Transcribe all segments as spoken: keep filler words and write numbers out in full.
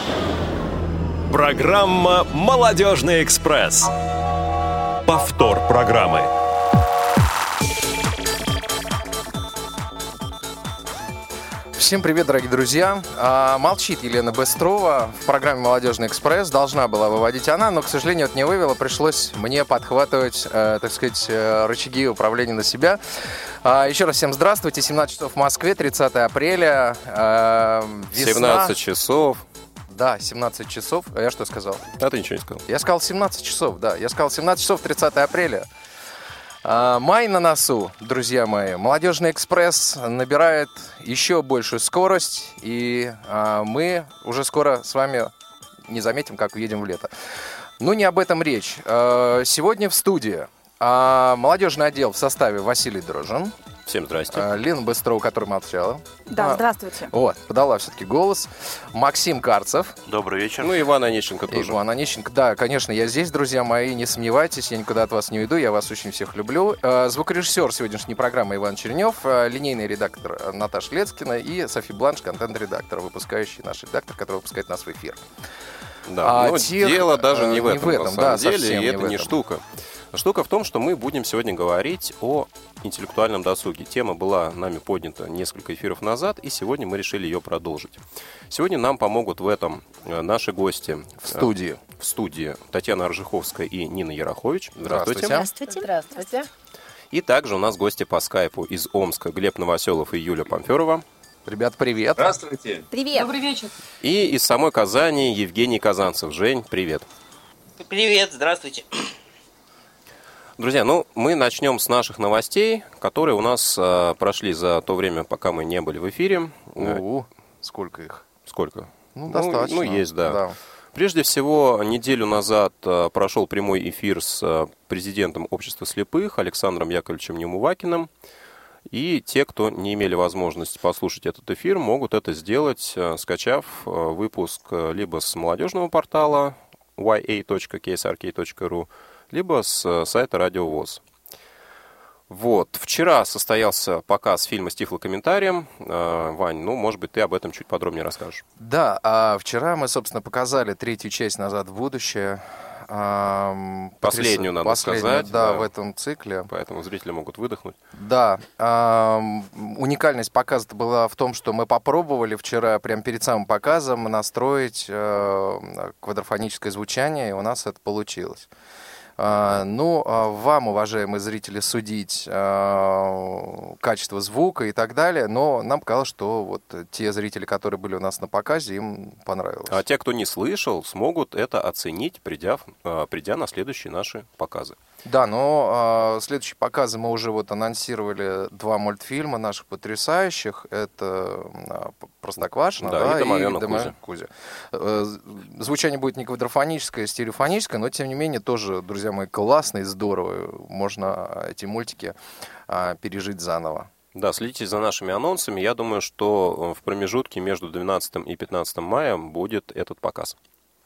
Программа «Молодежный экспресс». Повтор программы. Всем привет, дорогие друзья. А, молчит Елена Быстрова. В программе «Молодежный экспресс» должна была выводить она, но, к сожалению, это не вывела. Пришлось мне подхватывать, э, так сказать, э, рычаги управления на себя. А, еще раз всем здравствуйте. семнадцать часов в Москве, тридцатое апреля. Э, весна. семнадцать часов. Да, семнадцать часов. А я что сказал? А ты ничего не сказал. Я сказал семнадцать часов, да. Я сказал семнадцать часов, тридцатое апреля. А, май на носу, друзья мои. «Молодежный экспресс» набирает еще большую скорость, и а, мы уже скоро с вами не заметим, как уедем в лето. Ну, не об этом речь. А, сегодня в студии а, молодежный отдел в составе Василий Дрожжин. Всем здрасте. А, Лена Быстрова, которая молчала. Да, а, здравствуйте. Вот, подала все-таки голос. Максим Карцев. Добрый вечер. Ну, Иван Онищенко тоже. Иван Онищенко. Да, конечно, я здесь, друзья мои, не сомневайтесь, я никуда от вас не уйду, я вас очень всех люблю. Звукорежиссер сегодняшней программы Иван Чернев, линейный редактор Наташа Лецкина и Софи Бланш, контент-редактор, выпускающий наш редактор, который выпускает нас в эфир. Да, а но тех, дело даже не в этом, не в этом на самом да, деле, и это не не штука. Штука в том, что мы будем сегодня говорить о интеллектуальном досуге. Тема была нами поднята несколько эфиров назад, и сегодня мы решили ее продолжить. Сегодня нам помогут в этом наши гости в студии. В студии Татьяна Аржиховская и Нина Ярахович. Здравствуйте. Здравствуйте. Здравствуйте. И также у нас гости по скайпу из Омска Глеб Новоселов и Юля Памферова. Ребят, привет. Здравствуйте. Привет. Добрый вечер. И из самой Казани Евгений Казанцев. Жень, привет. Привет, здравствуйте. Друзья, ну, мы начнем с наших новостей, которые у нас э, прошли за то время, пока мы не были в эфире. У-у, сколько их? Сколько? Ну, достаточно. Ну, ну есть, да. да. Прежде всего, неделю назад э, прошел прямой эфир с э, президентом Общества слепых Александром Яковлевичем Неумывакиным. И те, кто не имели возможности послушать этот эфир, могут это сделать, э, скачав э, выпуск э, либо с молодежного портала уай эй точка кей эс ар кей точка ру, либо с сайта Радио ВОС. Вот. Вчера состоялся показ фильма с тифлокомментарием. Вань, ну, может быть, ты об этом чуть подробнее расскажешь. Да, а вчера мы, собственно, показали третью часть «Назад в будущее». Последнюю, надо Последнюю, сказать. Да, да, в этом цикле. Поэтому зрители могут выдохнуть. Да. Уникальность показа была в том, что мы попробовали вчера, прямо перед самым показом, настроить квадрофоническое звучание, и у нас это получилось. Ну, вам, уважаемые зрители, судить качество звука и так далее, но нам показалось, что вот те зрители, которые были у нас на показе, им понравилось. А те, кто не слышал, смогут это оценить, придя, придя на следующие наши показы. Да, но э, следующие показы мы уже вот анонсировали два мультфильма наших потрясающих. Это э, «Простоквашино», да, да, и «Домовенок Кузя». Кузя. Э, звучание будет не квадрофоническое, а стереофоническое, но, тем не менее, тоже, друзья мои, классно и здорово. Можно эти мультики э, пережить заново. Да, следите за нашими анонсами. Я думаю, что в промежутке между двенадцатым и пятнадцатым мая будет этот показ.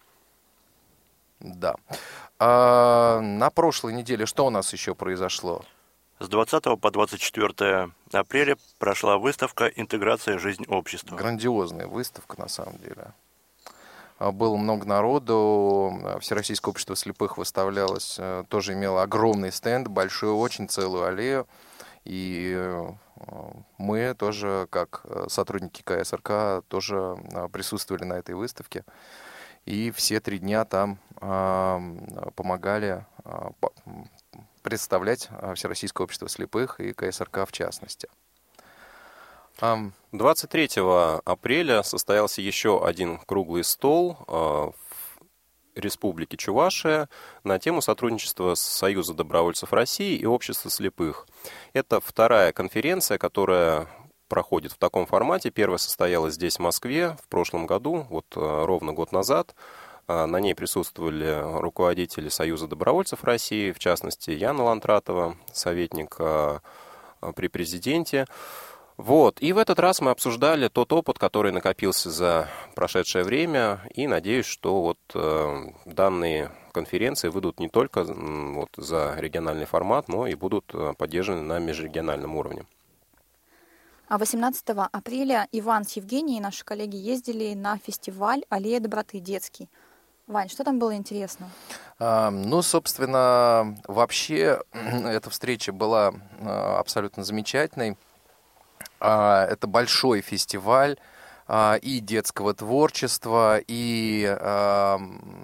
Да. А на прошлой неделе что у нас еще произошло? С двадцатого по двадцать четвёртое апреля прошла выставка «Интеграция. Жизнь общества». Грандиозная выставка, на самом деле. Было много народу. Всероссийское общество слепых выставлялось. Тоже имело огромный стенд, большую, очень целую аллею. И мы тоже, как сотрудники ка эс эр ка, тоже присутствовали на этой выставке. И все три дня там э, помогали э, представлять Всероссийское общество слепых и ка эс эр ка в частности. двадцать третьего апреля состоялся еще один круглый стол э, в Республике Чувашия на тему сотрудничества с Союзом добровольцев России и Обществом слепых. Это вторая конференция, которая проходит в таком формате. Первая состоялась здесь, в Москве, в прошлом году, вот ровно год назад. На ней присутствовали руководители Союза добровольцев России, в частности, Яна Лантратова, советник при президенте. Вот. И в этот раз мы обсуждали тот опыт, который накопился за прошедшее время, и надеюсь, что вот э, данные конференции выйдут не только вот, за региональный формат, но и будут поддержаны на межрегиональном уровне. А восемнадцатого апреля Иван с Евгенией, наши коллеги, ездили на фестиваль «Аллея доброты» детский. Вань, что там было интересно? А, ну, собственно, вообще эта встреча была а, абсолютно замечательной. А, это большой фестиваль а, и детского творчества, и а,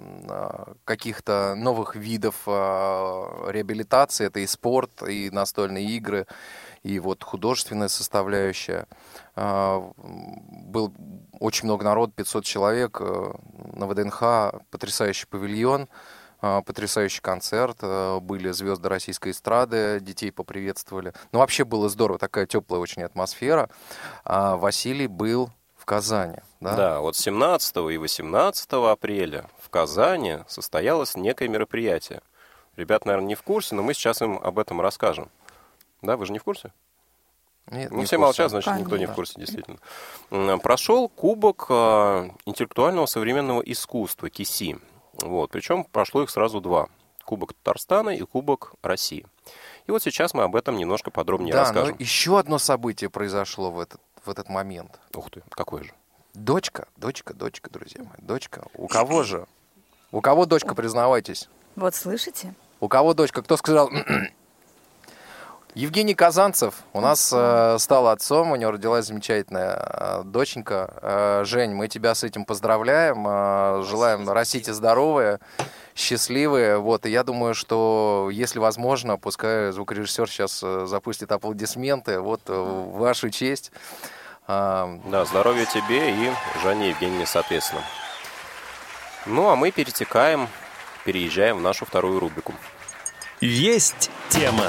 каких-то новых видов а, реабилитации. Это и спорт, и настольные игры, и вот художественная составляющая. Был очень много народу, пятьсот человек на ВДНХ, потрясающий павильон, потрясающий концерт, были звезды российской эстрады, детей поприветствовали. Ну, вообще было здорово, такая теплая очень атмосфера. А Василий был в Казани. Да, да, вот семнадцатого и восемнадцатого апреля в Казани состоялось некое мероприятие. Ребят, наверное, не в курсе, но мы сейчас им об этом расскажем. Да, вы же не в курсе? Нет, ну, не все молчат, значит, Конечно. Никто не в курсе, действительно. Прошел Кубок интеллектуального современного искусства, КИСИ. Вот. Причем прошло их сразу два. Кубок Татарстана и Кубок России. И вот сейчас мы об этом немножко подробнее да, расскажем. Но еще одно событие произошло в этот, в этот момент. Ух ты, какое же? Дочка, дочка, дочка, друзья мои, дочка. У кого же? У кого дочка, признавайтесь? Вот слышите? У кого дочка? Кто сказал... Евгений Казанцев у нас э, стал отцом, у него родилась замечательная э, доченька. Э, Жень, мы тебя с этим поздравляем, э, желаем растите здоровые, счастливые. Вот, и я думаю, что, если возможно, пускай звукорежиссер сейчас э, запустит аплодисменты, вот, э, в вашу честь. Э, да, здоровья тебе и Жанне Евгеньевне, соответственно. Ну, а мы перетекаем, переезжаем в нашу вторую рубрику. Есть тема.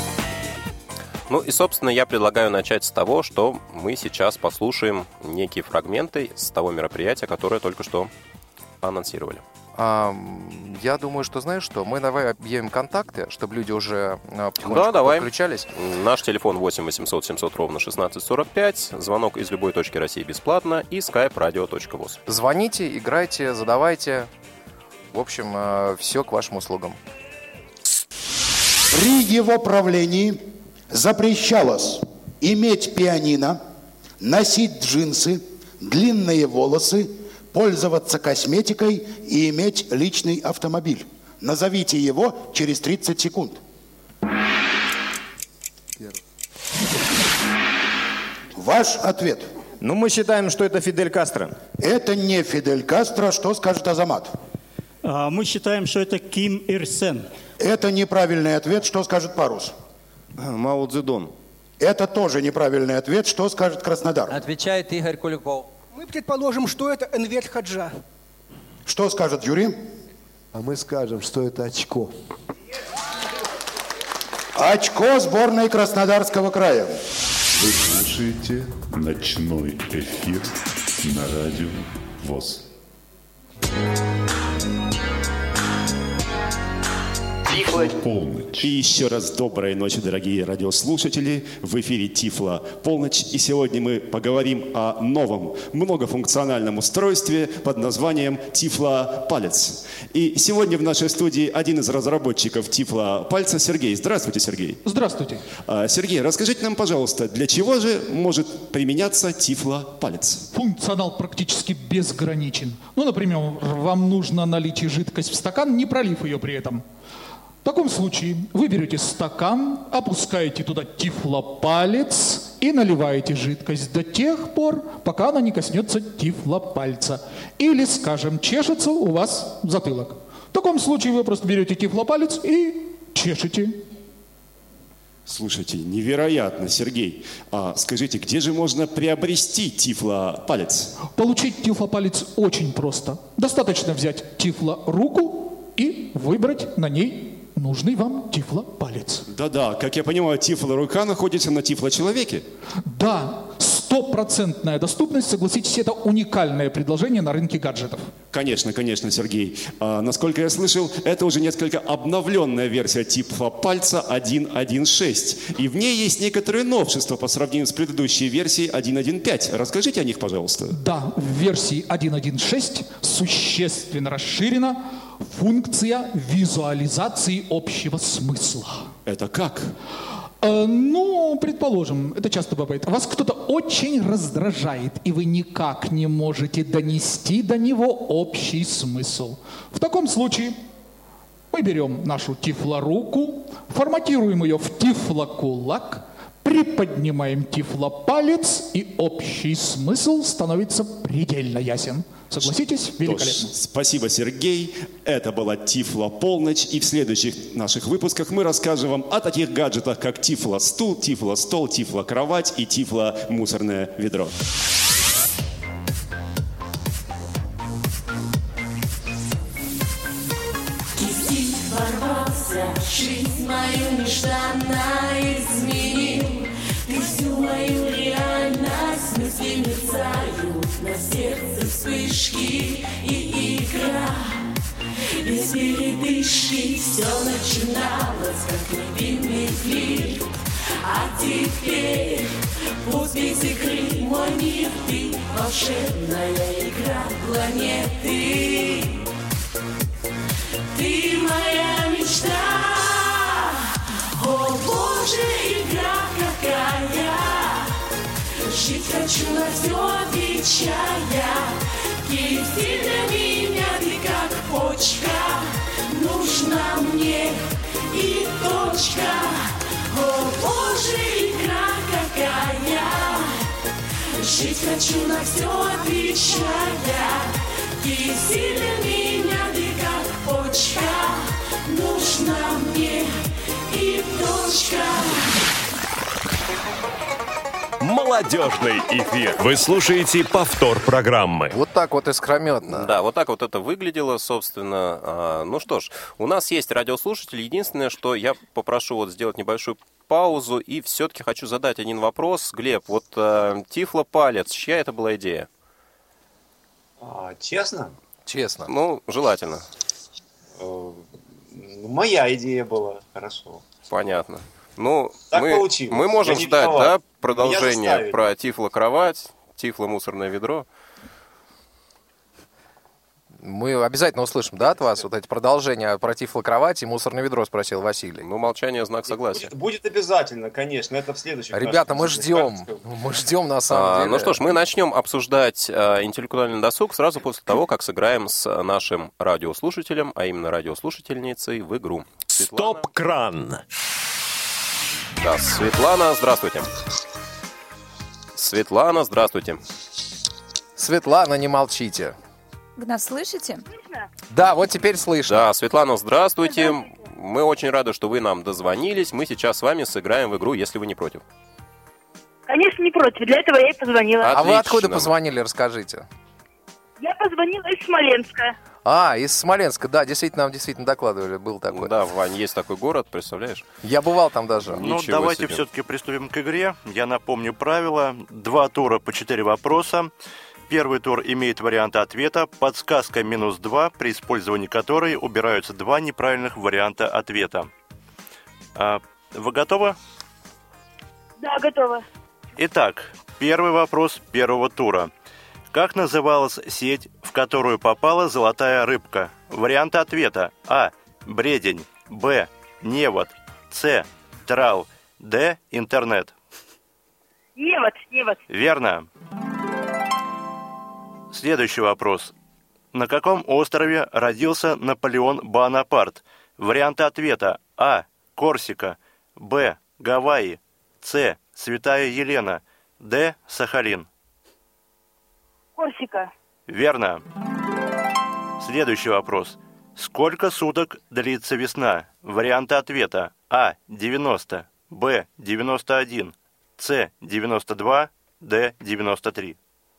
Ну и, собственно, я предлагаю начать с того, что мы сейчас послушаем некие фрагменты с того мероприятия, которое только что анонсировали. А, я думаю, что, знаешь что, мы давай объявим контакты, чтобы люди уже потихонечку да, давай. подключались. Наш телефон восемь восемьсот семьсот ровно шестнадцать сорок пять, звонок из любой точки России бесплатно и skype radio точка voz. Звоните, играйте, задавайте. В общем, все к вашим услугам. При его правлении запрещалось иметь пианино, носить джинсы, длинные волосы, пользоваться косметикой и иметь личный автомобиль. Назовите его через тридцать секунд. Ваш ответ. Ну, мы считаем, что это Фидель Кастро. Это не Фидель Кастро. Что скажет Азамат? А, мы считаем, что это Ким Ир Сен. Это неправильный ответ. Что скажет Парус? Мао Цзэдун. Это тоже неправильный ответ. Что скажет Краснодар? Отвечает Игорь Куликов. Мы предположим, что это Энвер Хаджа. Что скажет Юрий? А мы скажем, что это очко. Очко сборной Краснодарского края. Вы слушаете ночной эфир на радио ВОС. Полночь. И еще раз доброй ночи, дорогие радиослушатели. В эфире Тифло Полночь. И сегодня мы поговорим о новом многофункциональном устройстве под названием Тифло Палец. И сегодня в нашей студии один из разработчиков Тифло Пальца Сергей. Здравствуйте, Сергей. Здравствуйте. Сергей, расскажите нам, пожалуйста, для чего же может применяться Тифло Палец? Функционал практически безграничен. Ну, например, вам нужно налить жидкость в стакан, не пролив ее при этом. В таком случае вы берете стакан, опускаете туда тифлопалец и наливаете жидкость до тех пор, пока она не коснется тифлопальца. Или, скажем, чешется у вас затылок. В таком случае вы просто берете тифлопалец и чешете. Слушайте, невероятно, Сергей. А скажите, где же можно приобрести тифлопалец? Получить тифлопалец очень просто. Достаточно взять тифлоруку и выбрать на ней нужный вам тифлопалец. Да-да, как я понимаю, тифлорука находится на тифлочеловеке? Да, стопроцентная доступность, согласитесь, это уникальное предложение на рынке гаджетов. Конечно, конечно, Сергей. А, насколько я слышал, это уже несколько обновленная версия тифлопальца один точка один точка шесть. И в ней есть некоторые новшества по сравнению с предыдущей версией один точка один точка пять. Расскажите о них, пожалуйста. Да, в версии один точка один точка шесть существенно расширена функция визуализации общего смысла. Это как? Э, ну, предположим, это часто бывает. Вас кто-то очень раздражает, и вы никак не можете донести до него общий смысл. В таком случае мы берем нашу тифлоруку, форматируем ее в тифлокулак, приподнимаем тифлопалец, и общий смысл становится предельно ясен. Согласитесь? Великолепно. Спасибо, Сергей. Это была Тифло Полночь. И в следующих наших выпусках мы расскажем вам о таких гаджетах, как Тифло стул, Тифло стол, Тифло кровать и Тифло мусорное ведро. Кисть ворвался, жизнь мою нежданно изменил. Ты всю мою реальность, мысли мерцают, на сердце вспышки и игра. Без передышки все начиналось, как невинный флирт. А теперь пусть без игры мой мир, ты волшебная игра планеты. Ты моя мечта. О, Боже, игра какая! Жить хочу на все отвечая. Кисть для меня ты как почка. Нужна мне и точка. О, Боже, игра какая! Жить хочу на все отвечая. Кисть для меня ты как почка. Нужна мне и точка. Молодежный эфир. Вы слушаете повтор программы. Вот так вот искрометно. Да, вот так вот это выглядело, собственно. А, ну что ж, у нас есть радиослушатели. Единственное, что я попрошу вот сделать небольшую паузу и все-таки хочу задать один вопрос. Глеб, вот а, Тифлопалец, чья это была идея? А, честно? Честно. Ну, желательно. Моя идея была, хорошо. Понятно. Ну, так мы, получилось. мы можем ждать, да, продолжение про Тифло-кровать, Тифло-мусорное ведро. Мы обязательно услышим, да, от вас вот эти продолжения про Тифло-кровать и мусорное ведро, спросил Василий. Ну, молчание — знак согласия. Будет, будет обязательно, конечно, это в следующем. Ребята, мы ждем, мы ждем на самом а, деле. Ну что ж, мы начнем обсуждать а, интеллектуальный досуг сразу после того, как сыграем с нашим радиослушателем, а именно радиослушательницей, в игру. Стоп-кран. Да, Светлана, здравствуйте. Светлана, здравствуйте. Светлана, не молчите. Вы нас слышите? Да, вот теперь слышно. Да, Светлана, здравствуйте. Мы очень рады, что вы нам дозвонились. Мы сейчас с вами сыграем в игру, если вы не против. Конечно, не против. Для этого я и позвонила. Отлично. А вы откуда позвонили, расскажите. Я позвонила из Смоленска. А, из Смоленска, да, действительно, нам действительно докладывали, был такой. Да, Вань, есть такой город, представляешь? Я бывал там даже. Ну, Ничего давайте себе. все-таки приступим к игре. Я напомню правила. Два тура по четыре вопроса. Первый тур имеет варианты ответа, подсказка минус два, при использовании которой убираются два неправильных варианта ответа. А, вы готовы? Да, готова. Итак, первый вопрос первого тура. Как называлась сеть, в которую попала золотая рыбка? Варианты ответа. А. Бредень. Б. Невод. С. Трал. Д. Интернет. Невод, невод. Верно. Следующий вопрос. На каком острове родился Наполеон Бонапарт? Варианты ответа. А. Корсика. Б. Гавайи. С. Святая Елена. Д. Сахалин. Корсика. Верно. Следующий вопрос. Сколько суток длится весна? Варианты ответа. А. девяносто. Б. девяносто один. С. девяносто два. Д. девяносто три.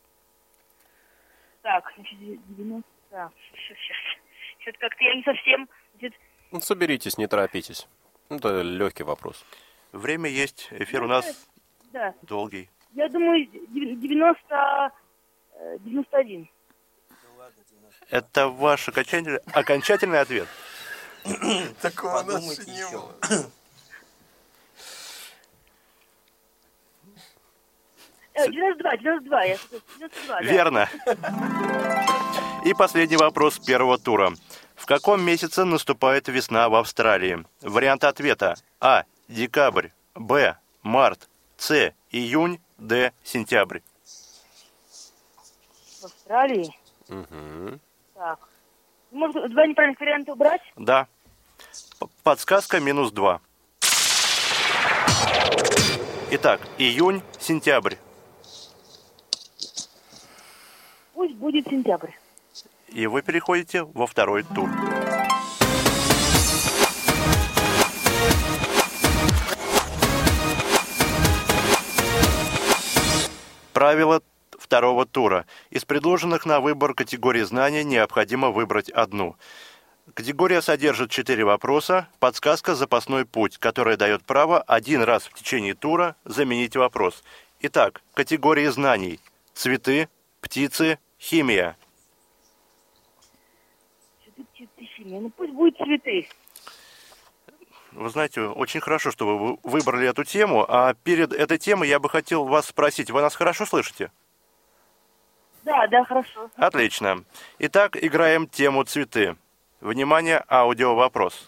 Так, значит, девяносто... Так, сейчас, сейчас. Что-то как-то я не совсем... Ну, соберитесь, не торопитесь. Это легкий вопрос. Время есть. Эфир у нас да. долгий. Я думаю, девяносто... девяносто один. Это ваш окончательный, окончательный ответ? Такого у нас не было. девяносто два, девяносто два, я девяносто два, Верно. Да. И последний вопрос первого тура. В каком месяце наступает весна в Австралии? Варианты ответа. А. Декабрь. Б. Март. С. Июнь. Д. Сентябрь. В Австралии? Угу. Так. Может, два неправильных варианта убрать? Да. П- Подсказка минус два. Итак, июнь, сентябрь. Пусть будет сентябрь. И вы переходите во второй тур. Правило второго тура. Из предложенных на выбор категорий знания необходимо выбрать одну. Категория содержит четыре вопроса. Подсказка «Запасной путь», которая дает право один раз в течение тура заменить вопрос. Итак, категории знаний. Цветы, птицы, химия. Цветы, птицы, химия. Ну пусть будет цветы. Вы знаете, очень хорошо, что вы выбрали эту тему. А перед этой темой я бы хотел вас спросить, вы нас хорошо слышите? Да, да, хорошо. Отлично. Итак, играем тему «Цветы». Внимание, аудиовопрос.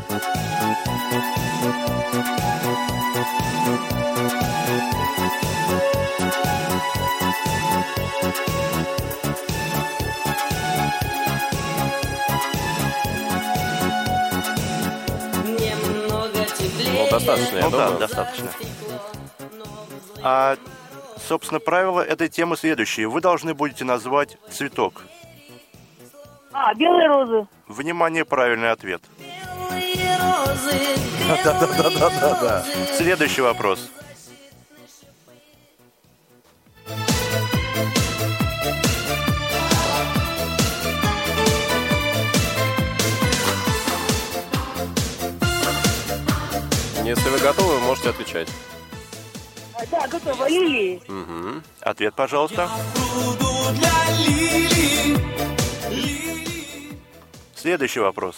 Ну, достаточно, я Ну да, думаю. достаточно. А, собственно, правила этой темы следующие. Вы должны будете назвать цветок. А, белые розы. Внимание, правильный ответ. Да-да-да-да-да-да. Следующий вопрос. Если вы готовы, вы можете отвечать. А, да, готово. Лилии. Угу. Ответ, пожалуйста. Следующий вопрос.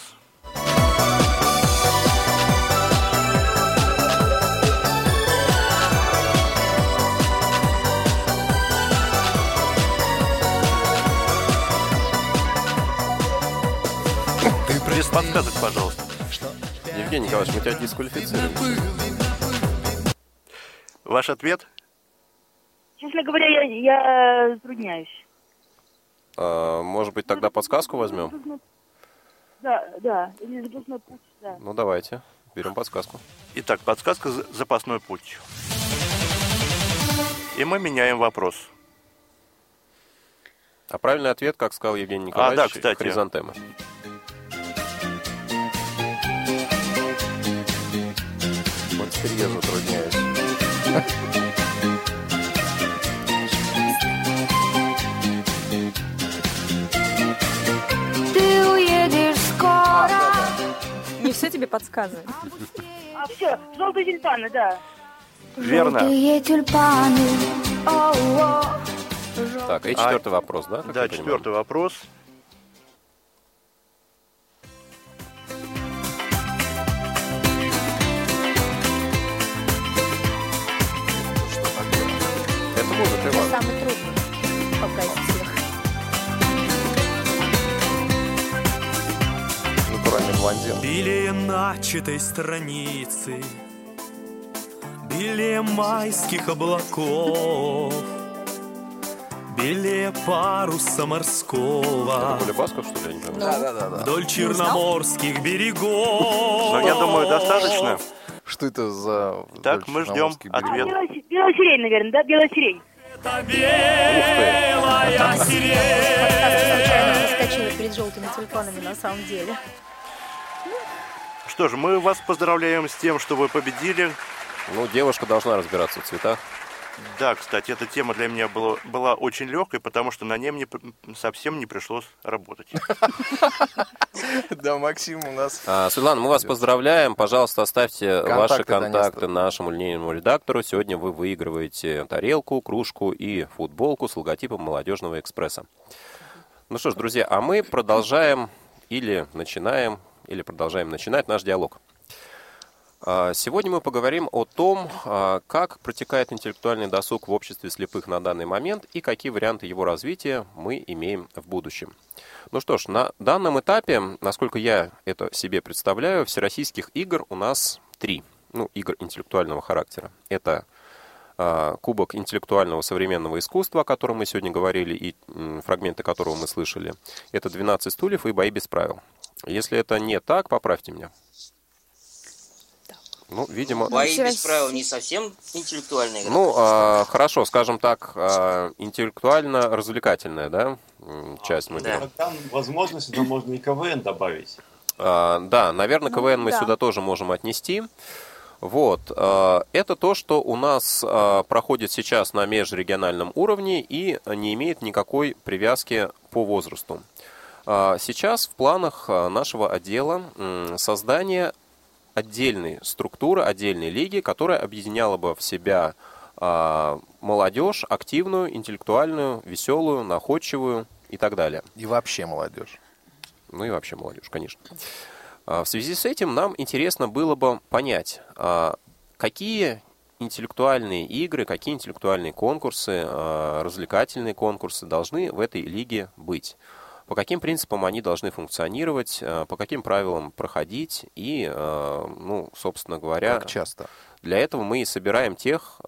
Без подсказок, пожалуйста. Евгений Николаевич, мы тебя дисквалифицируем. Ваш ответ? Честно говоря, я, я затрудняюсь. А, может быть, тогда подсказку возьмем? Да, да. Или запасной путь, да. Ну, давайте. Берем подсказку. Итак, подсказка «За- «Запасной путь». И мы меняем вопрос. А правильный ответ, как сказал Евгений Николаевич, А, да, кстати. хризантема. Вот теперь я затрудняюсь. Ты уедешь скоро. Не все тебе подсказывает. А, все, желтые тюльпаны, да. Верно. Желтые тюльпаны. О-о. Так, и четвертый вопрос, да? как Да, я понимаю? четвертый вопрос. Это музыка, Это Иван. самый трудный пока из всех. Натуральный блондин. Белее начатой страницы, белее майских облаков, белее паруса морского, Это Кулебасков, что ли? Я не понимаю. Да, да, да, да. вдоль черноморских берегов. Ну, я думаю, достаточно. Что это за... Так, вдоль мы ждем Черноморских берегов? ответ. Белая, си- белая сирень, наверное, да? Белая сирень. Это белая сирень. Подсказка случайно проскочила перед желтыми тюльпанами на самом деле. Что ж, мы вас поздравляем с тем, что вы победили. Ну, девушка должна разбираться в цветах. Да, кстати, эта тема для меня была, была очень легкой, потому что на ней мне п- совсем не пришлось работать. Да, Максим у нас... А, Светлана, мы вас поздравляем. Пожалуйста, оставьте Контакты ваши до контакты Нестора. нашему линейному редактору. Сегодня вы выигрываете тарелку, кружку и футболку с логотипом «Молодежного экспресса». Ну что ж, друзья, а мы продолжаем или начинаем, или продолжаем начинать наш диалог. А, Сегодня мы поговорим о том, а, как протекает интеллектуальный досуг в обществе слепых на данный момент и какие варианты его развития мы имеем в будущем. Ну что ж, на данном этапе, насколько я это себе представляю, всероссийских игр у нас три. ну, игр интеллектуального характера. Это э, Кубок интеллектуального современного искусства, о котором мы сегодня говорили, и э, фрагменты которого мы слышали. Это двенадцать стульев и бои без правил. Если это не так, поправьте меня. Ну, видимо... Бои без правил не совсем интеллектуальная игра. Ну, э, хорошо, скажем так, э, интеллектуально-развлекательная, да, часть мы берем. Там возможность, но можно и КВН добавить. Э, да, наверное, Ну, КВН мы да. сюда тоже можем отнести. Вот. э, Это то, что у нас э, проходит сейчас на межрегиональном уровне и не имеет никакой привязки по возрасту. Э, Сейчас в планах э, нашего отдела м, создание отдельной структуры, отдельной лиги, которая объединяла бы в себя э, молодежь, активную, интеллектуальную, веселую, находчивую и так далее. И вообще молодежь. Ну и вообще молодежь, конечно. А, в связи с этим нам интересно было бы понять, а, какие интеллектуальные игры, какие интеллектуальные конкурсы, а, развлекательные конкурсы должны в этой лиге быть. По каким принципам они должны функционировать, по каким правилам проходить и, ну, собственно говоря... Как часто? Для этого мы и собираем тех,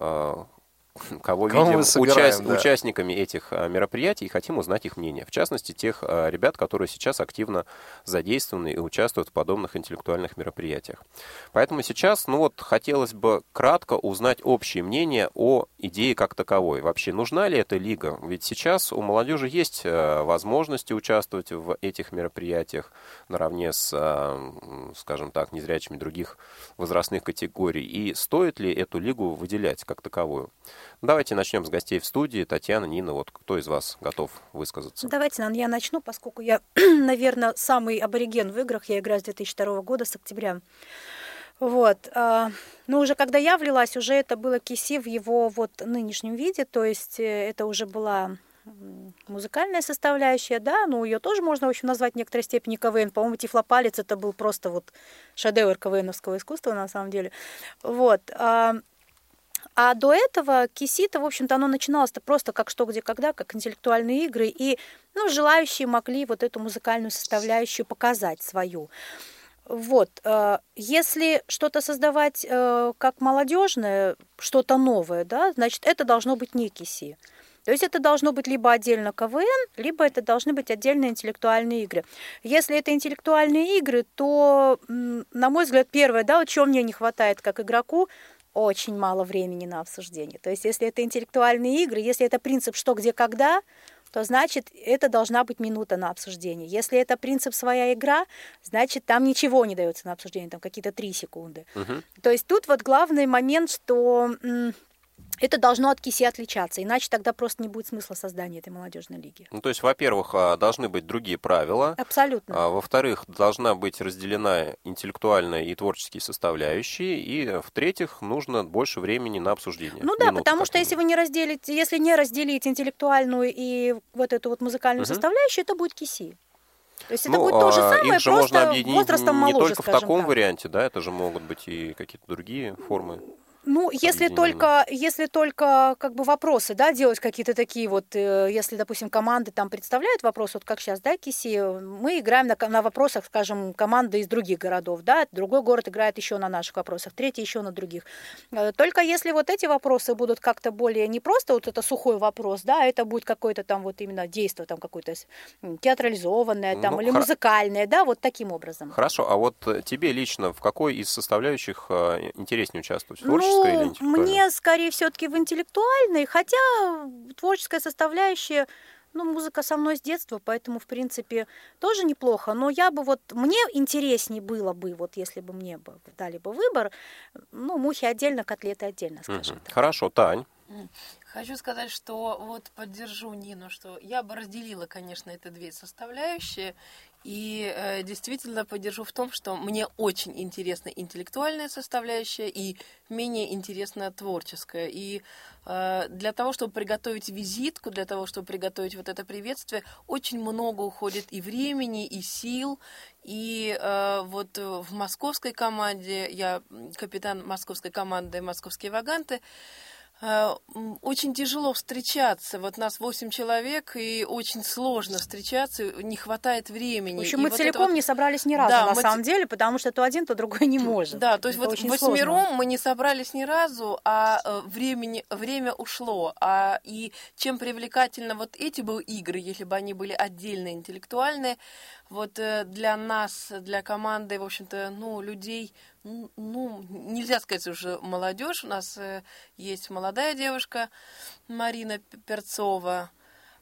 кого, Кого видим мы собираем, участ... да. участниками этих мероприятий и хотим узнать их мнение. В частности, тех ребят, которые сейчас активно задействованы и участвуют в подобных интеллектуальных мероприятиях. Поэтому сейчас, ну вот, хотелось бы кратко узнать общее мнение о идее как таковой. Вообще, нужна ли эта лига? Ведь сейчас у молодежи есть возможности участвовать в этих мероприятиях наравне с, скажем так, незрячими других возрастных категорий. И стоит ли эту лигу выделять как таковую? Давайте начнем с гостей в студии. Татьяна, Нина, вот кто из вас готов высказаться? Давайте, наверное, я начну, поскольку я, наверное, самый абориген в играх. Я играю с две тысячи второго года, с октября. Вот. Но уже когда я влилась, уже это было КИСИ в его вот нынешнем виде, то есть это уже была музыкальная составляющая, да, ну ее тоже можно, в общем, назвать в некоторой степени КВН. По-моему, Тифлопалец это был просто вот шедевр КВНовского искусства на самом деле. Вот. А до этого КИСИ-то, в общем-то, оно начиналось-то просто как что, где, когда, как интеллектуальные игры, и, ну, желающие могли вот эту музыкальную составляющую показать свою. Вот, если что-то создавать как молодежное, что-то новое, да, значит, это должно быть не КИСИ. То есть это должно быть либо отдельно КВН, либо это должны быть отдельные интеллектуальные игры. Если это интеллектуальные игры, то, на мой взгляд, первое, да, вот чего мне не хватает как игроку, очень мало времени на обсуждение. То есть если это интеллектуальные игры, если это принцип «что, где, когда», то значит, это должна быть минута на обсуждение. Если это принцип «своя игра», значит, там ничего не дается на обсуждение, там какие-то три секунды. Uh-huh. То есть тут вот главный момент, что м- это должно от КИСИ отличаться, иначе тогда просто не будет смысла создания этой молодежной лиги. Ну, то есть, во-первых, должны быть другие правила. Абсолютно. А, во-вторых, должна быть разделена интеллектуальная и творческие составляющие. И, в-третьих, нужно больше времени на обсуждение. Ну да, Минуты потому что если вы не разделите, если не разделить интеллектуальную и вот эту вот музыкальную угу. составляющую, это будет КИСИ. То есть это ну, будет то же самое, их же просто можно объединить возрастом моложе, не только в таком так. варианте, да, это же могут быть и какие-то другие формы. Ну, если только, если только как бы вопросы, да, делать какие-то такие вот, если, допустим, команды там представляют вопрос, вот как сейчас, да, КИСИ, мы играем на, на вопросах, скажем, команды из других городов, да, другой город играет еще на наших вопросах, третий еще на других. Только если вот эти вопросы будут как-то более не просто вот это сухой вопрос, да, это будет какое-то там вот именно действие, там какое-то театрализованное, там, ну, или хор... музыкальное, да, вот таким образом. Хорошо, а вот тебе лично в какой из составляющих интереснее участвовать? Творчество? Ну, или мне скорее все-таки в интеллектуальной, хотя творческая составляющая, ну, музыка со мной с детства, поэтому, в принципе, тоже неплохо. Но я бы вот, мне интереснее было бы, вот если бы мне бы дали бы выбор, ну, мухи отдельно, котлеты отдельно, скажем угу. так. Хорошо, Тань. Хочу сказать, что вот поддержу Нину, что я бы разделила, конечно, это две составляющие. И э, действительно поддержу в том, что мне очень интересна интеллектуальная составляющая и менее интересна творческая. И э, для того, чтобы приготовить визитку, для того, чтобы приготовить вот это приветствие, очень много уходит и времени, и сил. И э, вот в московской команде, я капитан московской команды «Московские ваганты», очень тяжело встречаться. Вот нас восемь человек, и очень сложно встречаться, не хватает времени. В общем, и мы вот целиком вот... не собрались ни разу, да, на мы... самом деле, потому что то один, то другой не может. Да, то есть это вот восьмером мы не собрались ни разу, а времени, время ушло. А, и чем привлекательно вот эти бы игры, если бы они были отдельно интеллектуальные, вот для нас, для команды, в общем-то, ну, людей, ну, нельзя сказать уже молодежь. У нас есть молодая девушка Марина Перцова.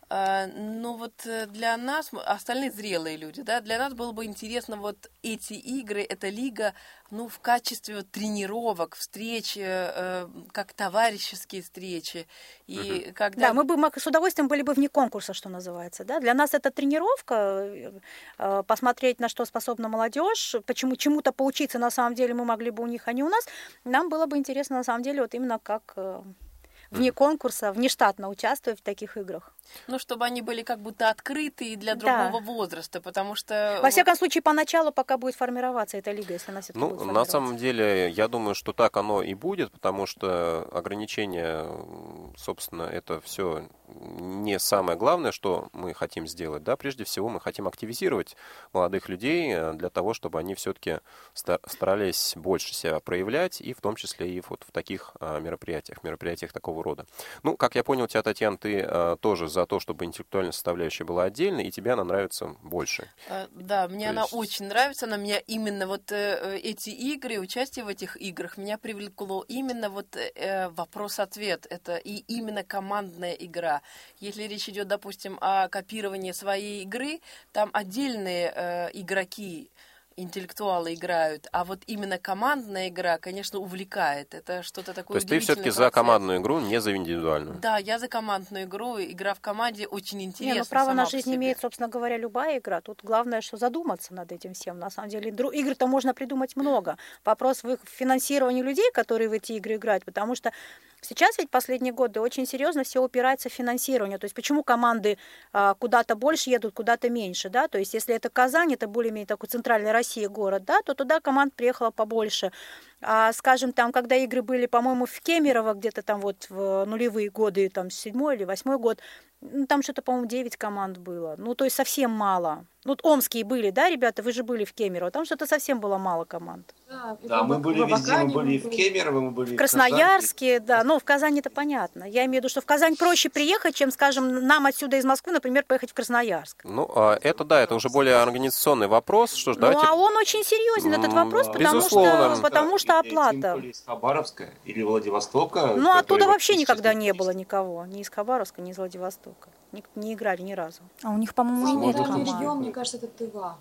Но вот для нас, остальные зрелые люди, да, для нас было бы интересно вот эти игры, эта лига, ну, в качестве вот тренировок, встреч, э, как товарищеские встречи. И uh-huh. когда... Да, мы бы мы с удовольствием были бы вне конкурса, что называется. Да? Для нас это тренировка, э, посмотреть, на что способна молодежь, почему чему-то поучиться на самом деле мы могли бы у них, а не у нас. Нам было бы интересно на самом деле вот именно как... Э, вне конкурса, внештатно участвовать в таких играх. Ну, чтобы они были как будто открыты для другого да. возраста, потому что... Во вот... всяком случае, поначалу, пока будет формироваться эта лига, если она все-таки ну, будет формироваться. На самом деле, я думаю, что так оно и будет, потому что ограничения, собственно, это все не самое главное, что мы хотим сделать. Да? Прежде всего, мы хотим активизировать молодых людей для того, чтобы они все-таки старались больше себя проявлять, и в том числе и вот в таких мероприятиях, мероприятиях такого рода. Ну, как я понял тебя, Татьяна, ты а, тоже за то, чтобы интеллектуальная составляющая была отдельной, и тебе она нравится больше. А, да, мне то она есть... очень нравится, она меня именно вот э, эти игры, участие в этих играх меня привлекло именно вот э, вопрос-ответ, это и именно командная игра. Если речь идет, допустим, о копировании своей игры, там отдельные э, игроки, интеллектуалы играют, а вот именно командная игра, конечно, увлекает. Это что-то такое. То есть ты все-таки за командную игру, не за индивидуальную? Да, я за командную игру. Игра в команде очень интересна. Не, ну право на жизнь имеет, собственно говоря, любая игра. Тут главное, что задуматься над этим всем. На самом деле, игр-то можно придумать много. Вопрос в их финансировании людей, которые в эти игры играют, потому что сейчас ведь последние годы очень серьезно все упирается в финансирование. То есть почему команды а, куда-то больше едут, куда-то меньше, да? То есть если это Казань, это более-менее такой центральной России город, да, то туда команд приехало побольше. А, скажем, там, когда игры были, по-моему, в Кемерово, где-то там вот в нулевые годы, там седьмой или восьмой год, ну, там что-то, по-моему, девять команд было. Ну, то есть совсем мало. Ну, вот омские были, да, ребята, вы же были в Кемерово, там что-то совсем было мало команд. Да, да мы были везде, мы были в Кемерово, мы были в Красноярске, в да, ну, в Казани это понятно. Я имею в виду, что в Казань проще приехать, чем, скажем, нам отсюда из Москвы, например, поехать в Красноярск. Ну, это да, это уже более организационный вопрос. Что ж, ну, давайте... а он очень серьезен, этот вопрос, потому Безусловно. что, потому что оплата. Или из Хабаровска, или Владивостока. Ну, оттуда вообще никогда не было никого, ни из Хабаровска, ни из Владивостока. Не, не играли ни разу. А у них, по-моему, нет команд. Регион, мне кажется, это Тыва.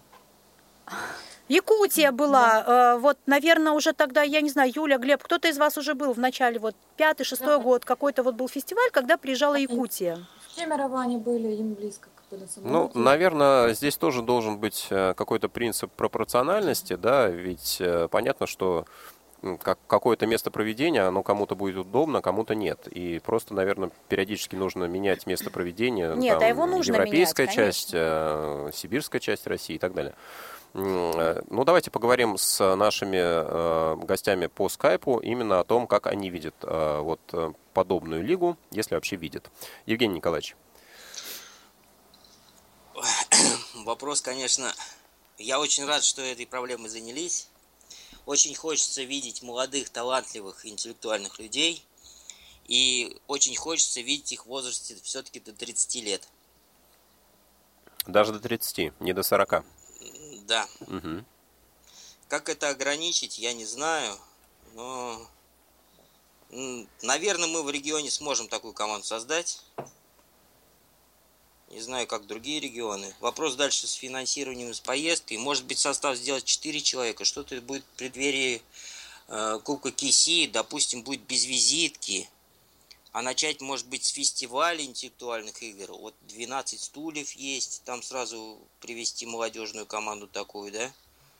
Якутия была, да. э, вот, наверное, уже тогда, я не знаю, Юля, Глеб, кто-то из вас уже был в начале, вот, пятый, шестой да. год, какой-то вот был фестиваль, когда приезжала Якутия. В Кемерово они были, им близко. Ну, наверное, здесь тоже должен быть какой-то принцип пропорциональности, да, ведь понятно, что как какое-то место проведения, оно кому-то будет удобно, кому-то нет. И просто, наверное, периодически нужно менять место проведения. Нет, там, а его нужно европейская менять, часть, э, сибирская часть России и так далее. Ну, давайте поговорим с нашими э, гостями по скайпу именно о том, как они видят э, вот подобную лигу, если вообще видят. Евгений Николаевич. Вопрос, конечно, я очень рад, что этой проблемой занялись. Очень хочется видеть молодых, талантливых, интеллектуальных людей. И очень хочется видеть их в возрасте все-таки до тридцати лет. Даже до тридцати, не до сорока. Да. Угу. Как это ограничить, я не знаю. Но, наверное, мы в регионе сможем такую команду создать. Не знаю, как другие регионы. Вопрос дальше с финансированием, с поездкой. Может быть, состав сделать четыре человека. Что-то будет в преддверии э, Кубка КИСИ, допустим, будет без визитки. А начать, может быть, с фестиваля интеллектуальных игр. Вот двенадцать стульев есть. Там сразу привести молодежную команду такую, да?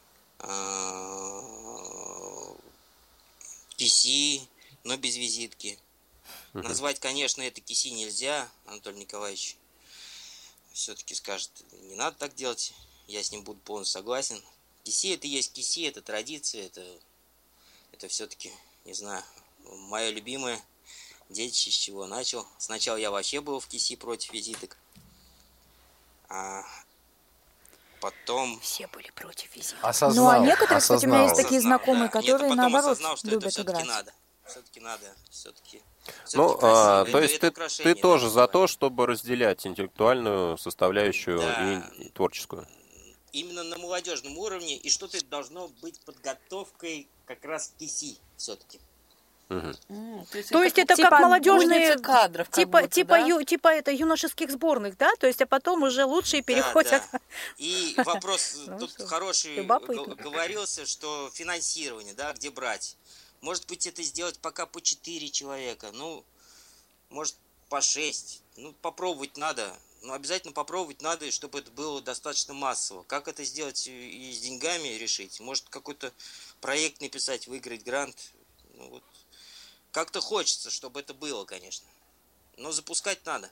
КИСИ, но без визитки. Uh-huh. Назвать, конечно, это КИСИ нельзя, Анатолий Николаевич. Все-таки скажет, не надо так делать, я с ним буду полностью согласен. КИСИ это есть КИСИ, это традиция, это, это все-таки, не знаю, мое любимое детище с чего начал. Сначала я вообще был в КИСИ против визиток. А потом... Все были против визиток. Осознал, Ну, а некоторые, осознал. кстати, у меня есть такие Осознал, знакомые, да. которые, Нет, а потом наоборот, осознал, что любят это все-таки играть. надо. Все-таки надо. Все-таки... Ну, а, это, то есть это ты, ты тоже за то, чтобы разделять интеллектуальную составляющую да. и творческую? Именно на молодежном уровне, и что-то должно быть подготовкой как раз к КИСИ все-таки. Угу. Mm, то есть, то есть это типа как молодежные кадров, как типа будто, типа да? ю, типа это юношеских сборных, да? То есть а потом уже лучшие переходят. Да, да. И вопрос тут хороший говорился, что финансирование, да, где брать. Может быть, это сделать пока по четыре человека, ну, может, по шесть. Ну, попробовать надо. Но обязательно попробовать надо, чтобы это было достаточно массово. Как это сделать и с деньгами решить? Может, какой-то проект написать, выиграть грант. Ну, вот. Как-то хочется, чтобы это было, конечно. Но запускать надо.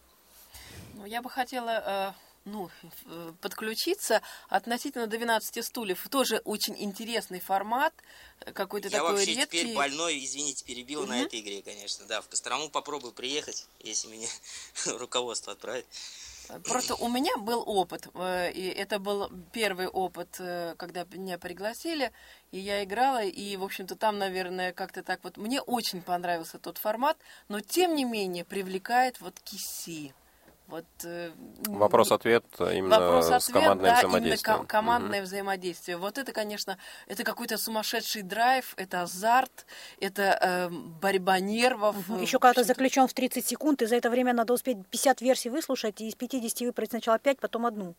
Ну, я бы хотела... Э... Ну, подключиться относительно двенадцати стульев. Тоже очень интересный формат, какой-то я такой вообще редкий. Теперь больной, извините, перебил угу. на этой игре, конечно. Да, в Кострому попробую приехать, если меня руководство отправит. Просто у меня был опыт, и это был первый опыт, когда меня пригласили, и я играла, и, в общем-то, там, наверное, как-то так вот... Мне очень понравился тот формат, но, тем не менее, привлекает вот КИСИ. Вот, вопрос-ответ именно вопрос-ответ, с командным да, взаимодействием. Именно командное угу. взаимодействие. Вот это, конечно, это какой-то сумасшедший драйв, это азарт, это э, борьба нервов. Угу. Еще когда ты заключен в тридцать секунд, и за это время надо успеть пятьдесят версий выслушать, и из пятидесяти выбрать сначала пять, потом одну.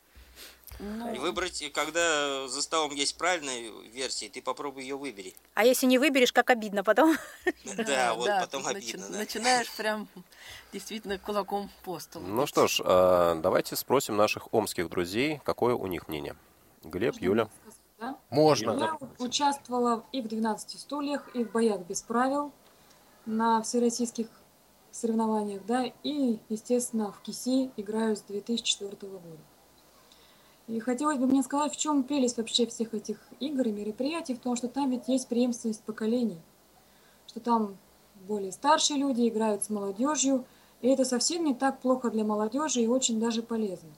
Ну... И выбрать, когда за столом есть правильная версия, ты попробуй ее выбери. А если не выберешь, как обидно потом. Да, вот потом обидно. Начинаешь прям действительно кулаком по столу. Ну что ж, давайте спросим наших омских друзей, какое у них мнение. Глеб, Юля. Можно. Я участвовала и в двенадцати стульях, и в боях без правил на всероссийских соревнованиях, да, и, естественно, в КИСИ играю с две тысячи четвёртого года. И хотелось бы мне сказать, в чем прелесть вообще всех этих игр и мероприятий, в том, что там ведь есть преемственность поколений, что там более старшие люди играют с молодежью, и это совсем не так плохо для молодежи и очень даже полезно.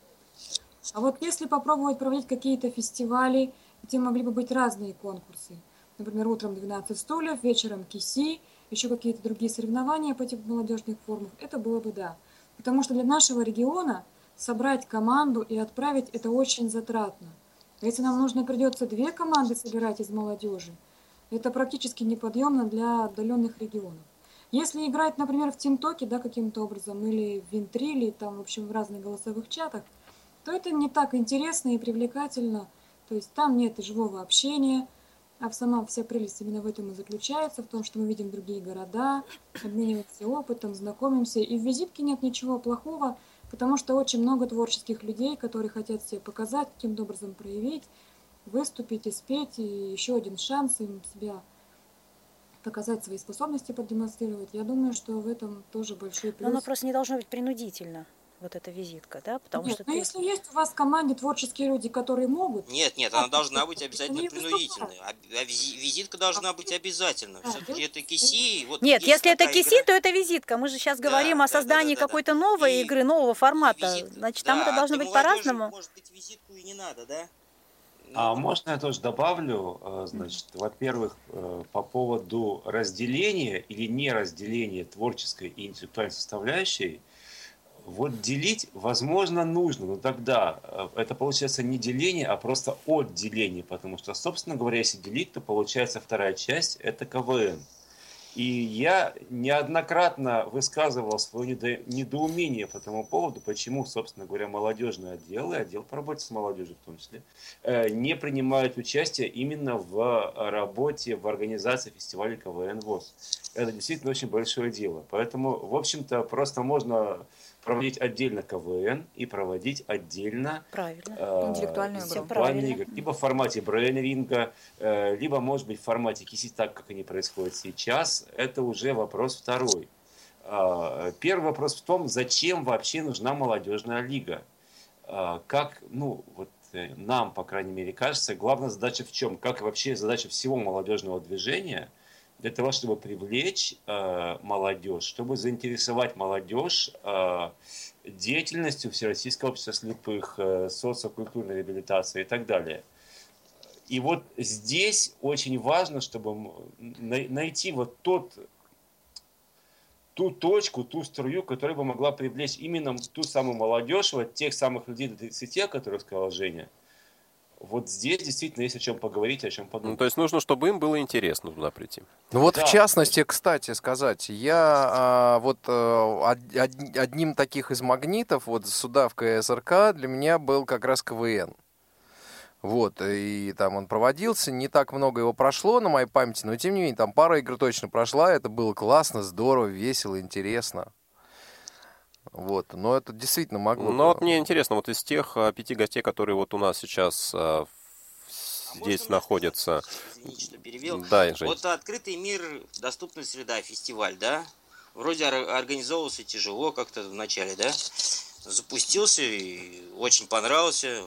А вот если попробовать проводить какие-то фестивали, где могли бы быть разные конкурсы, например, утром двенадцать стульев, вечером КИСИ, еще какие-то другие соревнования по типу молодежных форумов, это было бы да. Потому что для нашего региона собрать команду и отправить – это очень затратно. Если нам нужно придется две команды собирать из молодежи, это практически неподъемно для отдаленных регионов. Если играть, например, в ТимТоке, да, каким-то образом, или в Винтриле, там, в общем, в разных голосовых чатах, то это не так интересно и привлекательно. То есть там нет живого общения, а сама вся прелесть именно в этом и заключается, в том, что мы видим другие города, обмениваемся опытом, знакомимся, и в визитке нет ничего плохого, потому что очень много творческих людей, которые хотят себя показать, каким-то образом проявить, выступить и спеть, и еще один шанс им себя показать, свои способности продемонстрировать. Я думаю, что в этом тоже большой плюс. Но оно просто не должно быть принудительно, вот эта визитка, да? Потому нет, что но ты... если есть у вас в команде творческие люди, которые могут... Нет, нет, она должна быть обязательно принудительной. А визитка должна быть обязательно. Все-таки это КИСИ. Вот нет, если это КИСИ, игра... то это визитка. Мы же сейчас да, говорим да, о создании да, да, да, какой-то новой и... игры, нового формата. Визитка. Значит, да, там это должно быть по-разному. Может быть, визитку и не надо, да? А можно я тоже добавлю, значит, во-первых, по поводу разделения или неразделения творческой и интеллектуальной составляющей. Вот делить, возможно, нужно, но тогда это получается не деление, а просто отделение, потому что, собственно говоря, если делить, то получается вторая часть – это КВН. И я неоднократно высказывал свое недоумение по этому поводу, почему, собственно говоря, молодежный отдел и отдел по работе с молодежью в том числе не принимают участие именно в работе, в организации фестиваля КВН ВОС. Это действительно очень большое дело. Поэтому, в общем-то, просто можно проводить отдельно КВН и проводить отдельно э, интеллектуальную игры. Либо в формате брейн-ринга, э, либо, может быть, в формате КИСИ, так как они происходят сейчас. Это уже вопрос второй. Э, первый вопрос в том, зачем вообще нужна молодежная лига. Э, как, ну, вот э, нам, по крайней мере, кажется, главная задача в чем? Как вообще задача всего молодежного движения для того, чтобы привлечь э, молодежь, чтобы заинтересовать молодежь э, деятельностью Всероссийского общества слепых, э, социокультурной реабилитации и так далее. И вот здесь очень важно, чтобы найти вот тот, ту точку, ту струю, которая бы могла привлечь именно ту самую молодежь, вот тех самых людей до тридцати, о которых сказала Женя. Вот здесь действительно есть о чем поговорить, о чем подумать. Ну, то есть нужно, чтобы им было интересно туда прийти. Ну вот Да. в частности, кстати сказать, я а, вот а, од, одним таких из магнитов вот сюда в ка эс эр ка для меня был как раз ка вэ эн. Вот, и там он проводился, не так много его прошло на моей памяти, но тем не менее, там пара игр точно прошла, это было классно, здорово, весело, интересно. Вот, но это действительно могло. Ну вот мне интересно, вот из тех а, пяти гостей, которые вот у нас сейчас а, здесь а находятся. Извините, что перевел. Да, Жень. Вот «Открытый мир. Доступная среда», фестиваль, да? Вроде организовывался тяжело как-то в начале, да? Запустился и очень понравился.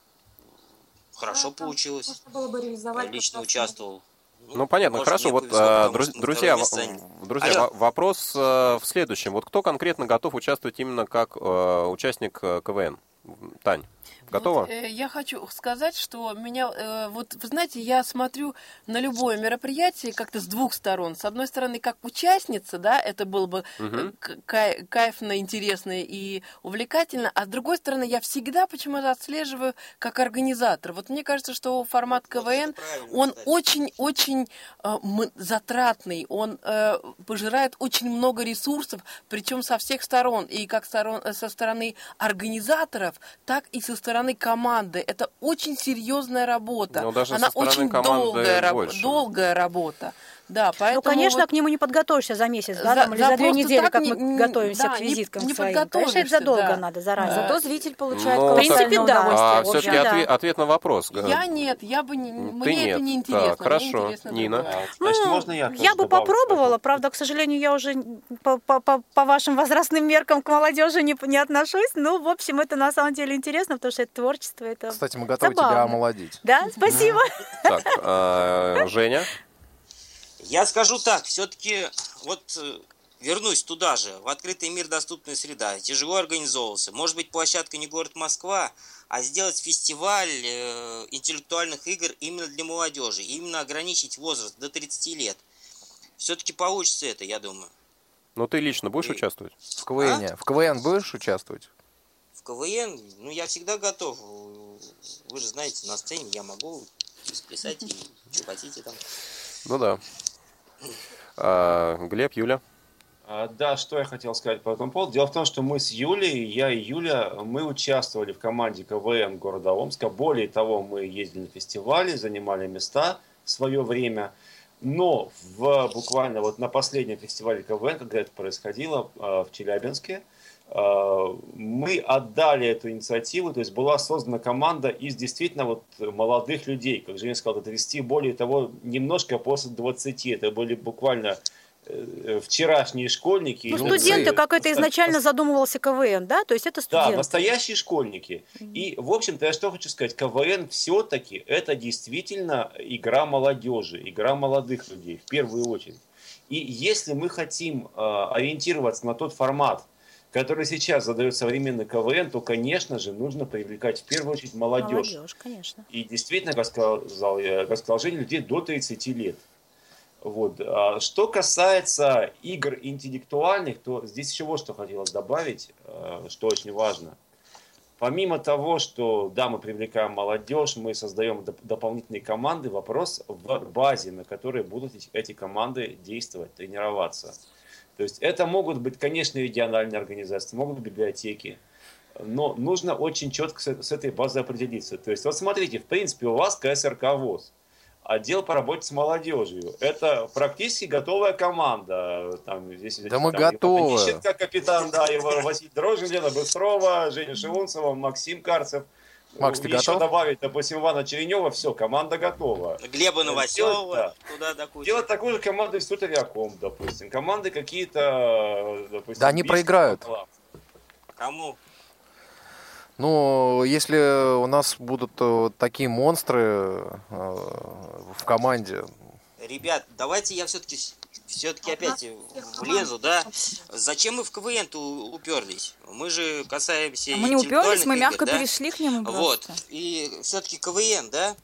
Хорошо да, получилось. Было бы реализовать. Лично участвовал. Ну, ну понятно, может, хорошо. Вот, повезло, друз, друзья, друзья вопрос э, в следующем. Вот кто конкретно готов участвовать именно как э, участник ка вэ эн? Тань, готова? Вот, э, я хочу сказать, что меня, э, вот вы знаете, я смотрю на любое мероприятие как-то с двух сторон. С одной стороны, как участница, да, это было бы угу. кай- кайфно, интересно и увлекательно, а с другой стороны, я всегда почему-то отслеживаю как организатор. Вот мне кажется, что формат ка вэ эн, он очень-очень э, затратный, он э, пожирает очень много ресурсов, причем со всех сторон, и как сторон, со стороны организаторов, так и со стороны команды. Это очень серьезная работа. Но даже она со очень долгая, раб, долгая работа. Да, поэтому ну, конечно, вот... к нему не подготовишься за месяц, да, за, там, или за, за две недели, как не, мы готовимся да, к визиткам не, не своим. Конечно, это задолго да. надо, заранее. Зато зритель получает Но, в принципе, да. А все-таки да. ответ, ответ на вопрос. Я нет, я бы не, Ты мне нет. это не интересно. Так, хорошо, интересно Нина. другое. Ну, Значит, можно я я бы попробовала, правда, к сожалению, я уже по, по, по, по вашим возрастным меркам к молодежи не, не отношусь, но, в общем, это на самом деле интересно, потому что это творчество, это Кстати, мы готовы забавно. тебя омолодить. Да, спасибо. Так, а, Женя? Я скажу так, все-таки вот вернусь туда же, в «Открытый мир. Доступная среда». Тяжело организовывался. Может быть, площадка не город Москва, а сделать фестиваль э, интеллектуальных игр именно для молодежи, именно ограничить возраст до тридцати лет. Все-таки получится это, я думаю. Но ты лично будешь И... участвовать? В ка вэ эн? А? В ка вэ эн будешь участвовать? В ка вэ эн? Ну, я всегда готов. Вы же знаете, на сцене я могу сплясать и что хотите там. Ну да. А, Глеб, Юля? А, да, что я хотел сказать по этому поводу. Дело в том, что мы с Юлей, я и Юля, мы участвовали в команде ка вэ эн города Омска. Более того, мы ездили на фестивали, занимали места в свое время. Но в, буквально вот на последнем фестивале ка вэ эн, когда это происходило в Челябинске, мы отдали эту инициативу, то есть была создана команда из действительно вот молодых людей, как Женя сказал, до тридцати, более того, немножко после двадцати. Это были буквально вчерашние школьники. Ну, студенты, как это изначально задумывался ка вэ эн, да? То есть это студенты. Да, настоящие школьники. И, в общем-то, я что хочу сказать, ка вэ эн все-таки это действительно игра молодежи, игра молодых людей, в первую очередь. И если мы хотим э, ориентироваться на тот формат, который сейчас задает современный ка вэ эн, то, конечно же, нужно привлекать в первую очередь молодежь. Молодежь, конечно. И действительно, как сказал, как сказал Женя, людей до тридцати лет. Вот. А что касается игр интеллектуальных, то здесь еще вот что хотелось добавить, что очень важно. Помимо того, что, да, мы привлекаем молодежь, мы создаем доп- дополнительные команды, вопрос в базе, на которой будут эти команды действовать, тренироваться. То есть это могут быть, конечно, региональные организации, могут быть библиотеки, но нужно очень четко с, с этой базой определиться. То есть вот смотрите, в принципе, у вас ка эс эр ка ВОС, отдел по работе с молодежью. Это практически готовая команда. Там, здесь, да там, мы готовы. Нищенко, капитан, да, и Василий Дрожжин, Лена Быстрова, Женя Шелунцева, Максим Карцев. Макс, ты еще готов? добавить, допустим, Ивана Черенева, все, команда готова. Глеба Новоселова, да. туда до кучи. Делать такую же команду Института Авиаком, допустим. Команды какие-то, допустим... Да, они проиграют. Кому? Ну, если у нас будут такие монстры в команде, Ребят, давайте я все-таки все-таки опять влезу, да? Зачем мы в КВН-то уперлись? Мы же касаемся а мы не уперлись, мы игр, мягко да? перешли к нему просто. Вот, и все-таки КВН, да?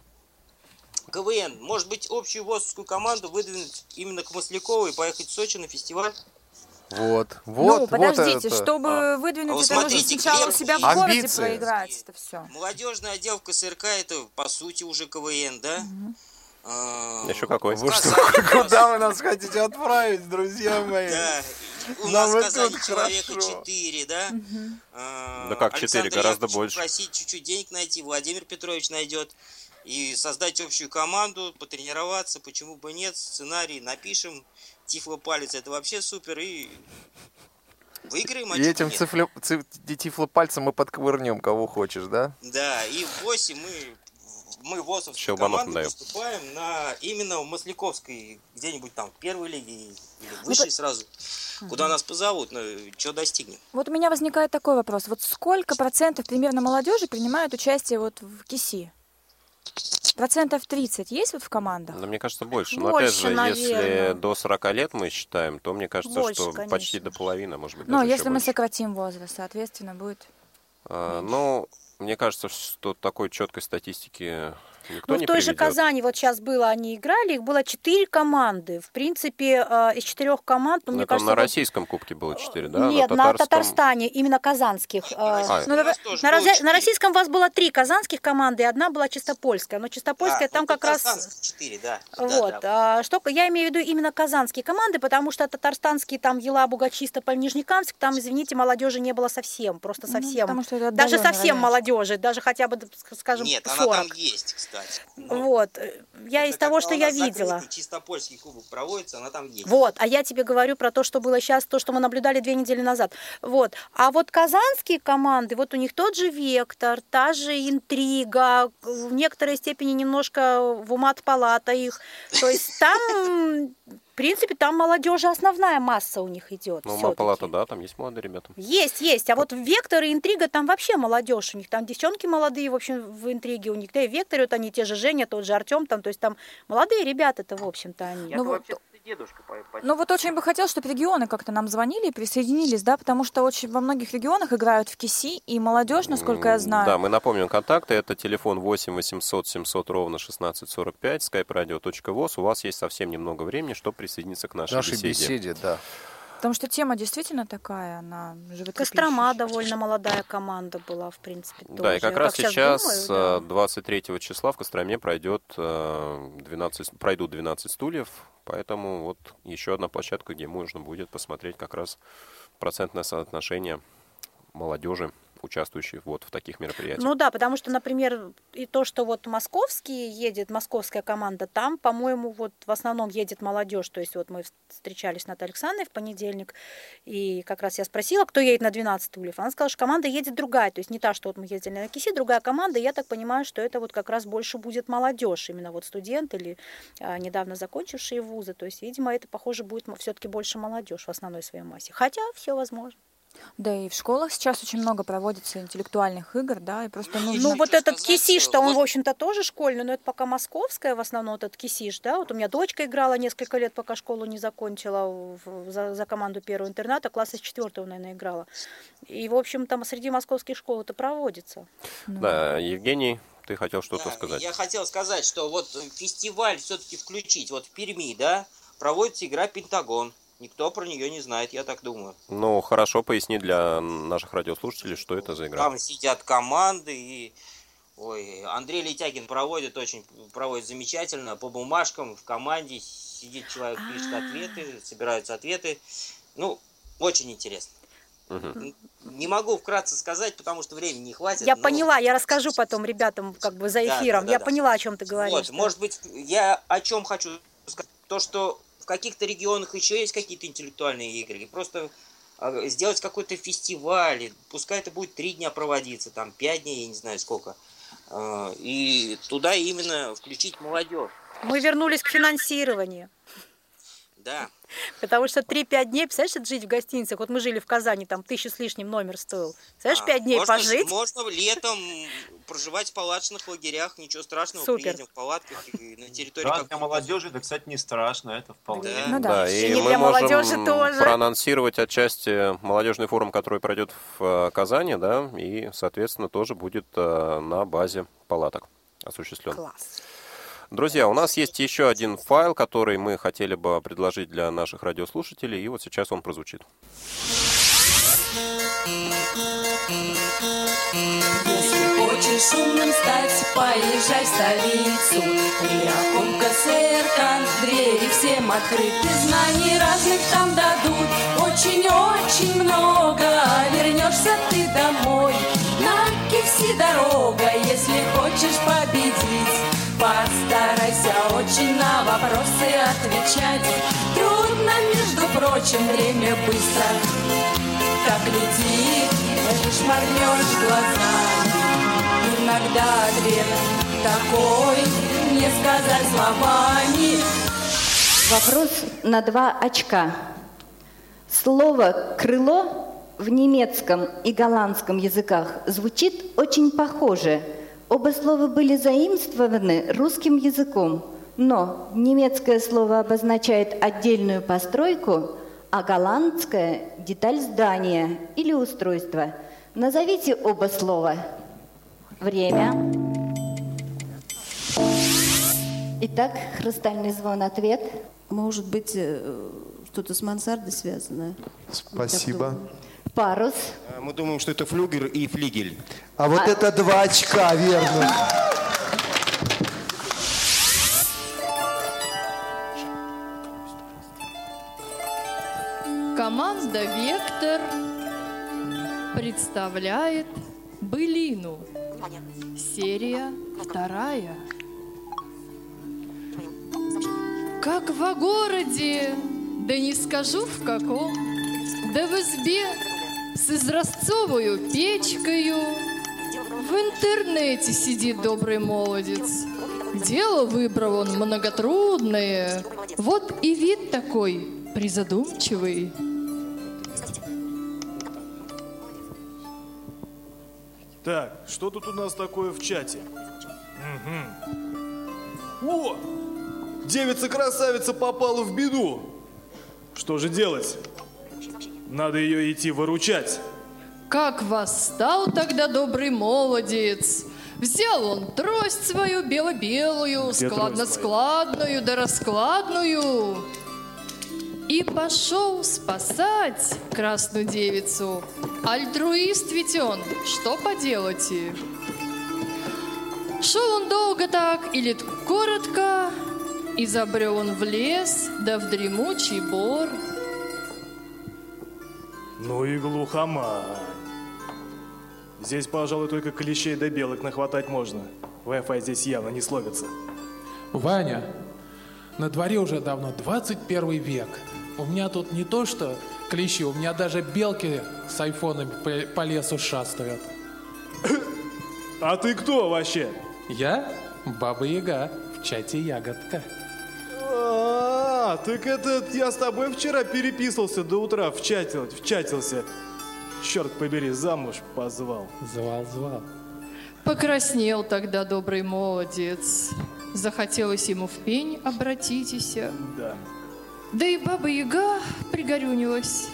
КВН, может быть, общую ВОСовскую команду выдвинуть именно к Маслякову и поехать в Сочи на фестиваль? Вот, вот, ну, подождите, вот это. чтобы а, выдвинуть вот это, нужно смотрите, сначала у себя в городе амбиции. проиграть это все. Молодежный отдел в КСРК это по сути уже КВН, да? Угу. А, еще какой? Вы что, куда вы нас хотите отправить, друзья мои? Да. У Нам нас в Казани тут человека хорошо. четыре, да? Угу. А, Да как четыре, гораздо Яковлевич больше. Попросить чуть-чуть денег найти, Владимир Петрович найдет. И создать общую команду, потренироваться, почему бы нет, сценарий напишем, тифлопалец, это вообще супер, и выиграем. И этим цифло, циф, тифлопальцем мы подковырнем, кого хочешь, да? Да, и в восемь мы, мы ВОСовской Щелбанов командой даем. выступаем на именно в Масляковской, где-нибудь там, в первой лиге или высшей Ну, сразу, куда нас позовут, ну, что достигнем. Вот у меня возникает такой вопрос. Вот сколько процентов примерно молодежи принимают участие вот в КИСи? Процентов тридцать есть вот в командах? Да, мне кажется, больше. Но Больше, опять же, наверное. если до сорока лет мы считаем, то мне кажется, Больше, что конечно. почти до половины, а может быть, Но даже если еще мы больше. сократим возраст, соответственно, будет... А, ну, мне кажется, что такой четкой статистики никто Ну, не в той же приведет. Казани, вот сейчас было, они играли, их было четыре команды. В принципе, э, из четырех команд, ну, Ну, мне это кажется... на вот- российском кубке было четыре, да? Нет, на на татарском... Татарстане, именно казанских. э, А, ну, это- на, на разя- на российском у вас было три казанских команды, и одна была чистопольская. Но чистопольская А, там ну, как раз... Татарстан четыре, да. Вот, Да, да. а, что я имею в виду именно казанские команды, потому что татарстанские там Елабуга, Чистополь, Нижнекамск, там, извините, молодежи не было совсем, просто Ну, совсем. потому что это даже отдаленный совсем райончик. молодежи, даже хотя бы, скажем, Нет, она сорок. там есть, кстати. Вот, я из того, что у я нас видела. закрытый Чистопольский кубок проводится, она там есть. Вот, а я тебе говорю про то, что было сейчас, то, что мы наблюдали две недели назад. Вот, а вот казанские команды, вот у них тот же вектор, та же интрига, в некоторой степени немножко в умат-палата их. То есть там, в принципе, там молодежи основная масса у них идет. Ну, всё-таки. Палата, да, там есть молодые ребята. Есть, есть. А вот вектор и интрига там вообще молодежь у них. Там девчонки молодые, в общем, в интриге у них. Да и в векторе вот они те же Женя, тот же Артем, там, то есть там молодые ребята-то, в общем-то, они. Ну, вот, ну вот очень бы хотелось, чтобы регионы как-то нам звонили и присоединились, да, потому что очень во многих регионах играют в КИСи, и молодежь, насколько я знаю. Да, мы напомним контакты. Это телефон восемь восемьсот семьсот ровно шестнадцать сорок пять, skype radio точка voz. У вас есть совсем немного времени, чтобы присоединиться к нашей, Нашей беседе. беседе, да. Потому что тема действительно такая, она животрепещущая. Кострома довольно молодая команда была, в принципе, тоже. Да, и как Я раз щас сейчас, думаю, да. двадцать третьего числа в Костроме пройдет двенадцать, пройдут двенадцать стульев, поэтому вот еще одна площадка, где можно будет посмотреть как раз процентное соотношение молодежи, участвующих вот в таких мероприятиях. Ну да, потому что, например, и то, что вот московский едет, московская команда, там, по-моему, вот в основном едет молодежь. То есть вот мы встречались с Натальей Александровной в понедельник, и как раз я спросила, кто едет на двенадцать стульев. Она сказала, что команда едет другая, то есть не та, что вот мы ездили на КИСи, другая команда. И я так понимаю, что это вот как раз больше будет молодежь, именно вот студент или а, недавно закончившие вузы. То есть, видимо, это, похоже, будет все-таки больше молодежь в основной своей массе. Хотя все возможно. Да, и в школах сейчас очень много проводится интеллектуальных игр, да, и просто нужно... Ну, вот этот кисиш-то, он, в общем-то, тоже школьный, но это пока московская, в основном, этот кисиш, да, вот у меня дочка играла несколько лет, пока школу не закончила, в, за, за команду первого интерната, класса с четвертого, наверное, играла. И, в общем, там среди московских школ это проводится. Да, Евгений, ты хотел что-то Да, сказать? Я хотел сказать, что вот фестиваль все-таки включить, вот в Перми, да, проводится игра «Пентагон». Никто про нее не знает, я так думаю. Ну, хорошо, поясни для наших радиослушателей, что это за игра. Там сидят команды, и ой, Андрей Летягин проводит очень, проводит замечательно, по бумажкам, в команде сидит человек, пишет ответы, собираются ответы. Ну, очень интересно. Угу. Не могу вкратце сказать, потому что времени не хватит. Я но... поняла, я расскажу потом ребятам как бы за эфиром. Да, да, да, я да. поняла, о чем ты говоришь. Вот, да. может быть, я о чем хочу сказать. То, что в каких-то регионах еще есть какие-то интеллектуальные игры. И просто э, сделать какой-то фестиваль. Пускай это будет три дня проводиться, там пять дней, я не знаю сколько. Э, и туда именно включить молодежь. Мы вернулись к финансированию. Да. Потому что три-пять дней, представляешь, жить в гостиницах. Вот мы жили в Казани, там тысячу с лишним номер стоил. Представляешь, пять дней можно, пожить. Можно летом проживать в палаточных лагерях, ничего страшного, Супер. приедем в палатках и на территории... Да, как... для молодежи это, кстати, не страшно, это вполне. Да. Ну да, Да, и и мы для можем молодежи тоже. проанонсировать отчасти молодежный форум, который пройдет в э, Казани, да, и, соответственно, тоже будет э, на базе палаток осуществлен. Класс. Друзья, у нас есть еще один файл, который мы хотели бы предложить для наших радиослушателей, и вот сейчас он прозвучит. Если хочешь умным стать, поезжай в столицу. Приаком КСРК, двери всем открыты, знаний разных там дадут. Очень-очень много, вернешься ты домой. На Киевси дорога, если хочешь победить. Постарайся очень на вопросы отвечать. Трудно, между прочим, время быстро. Как летит, лишь моргнешь глазами. Иногда ответ такой, не сказать словами. Вопрос на два очка. Слово «крыло» в немецком и голландском языках звучит очень похоже. Оба слова были заимствованы русским языком, но немецкое слово обозначает отдельную постройку, а голландское – деталь здания или устройства. Назовите оба слова. Время. Итак, хрустальный звон, ответ. Может быть, что-то с мансардой связано? Спасибо. Парус. Мы думаем, что это флюгер и флигель. А вот А- это два очка, верно. Команда «Вектор» представляет былину. Серия вторая. Как во городе, да не скажу в каком, да в избе с изразцовою печкою в интернете сидит добрый молодец. Дело выбрал он многотрудное, вот и вид такой призадумчивый. Так, что тут у нас такое в чате? Угу. О! Девица-красавица попала в беду. Что же делать? Надо ее идти выручать. Как восстал тогда добрый молодец! Взял он трость свою бело-белую, Где складно-складную да раскладную, и пошел спасать красную девицу. Альтруист ведь он, что поделать? Шел он долго так или коротко, и забрел он в лес, да в дремучий бор. Ну и глухомань. Здесь, пожалуй, только клещей да белок нахватать можно. Wi-Fi здесь явно не словится. Ваня, на дворе уже давно двадцать первый век. У меня тут не то что клещи, у меня даже белки с айфонами по, по лесу шастают. А ты кто вообще? Я Баба-Яга, в чате Ягодка. А, так это я с тобой вчера переписывался до утра, вчатил, вчатился. Черт побери, замуж позвал. Звал, звал. Покраснел тогда добрый молодец. Захотелось ему в пень обратитесь. Да. Да и Баба-Яга пригорюнилась.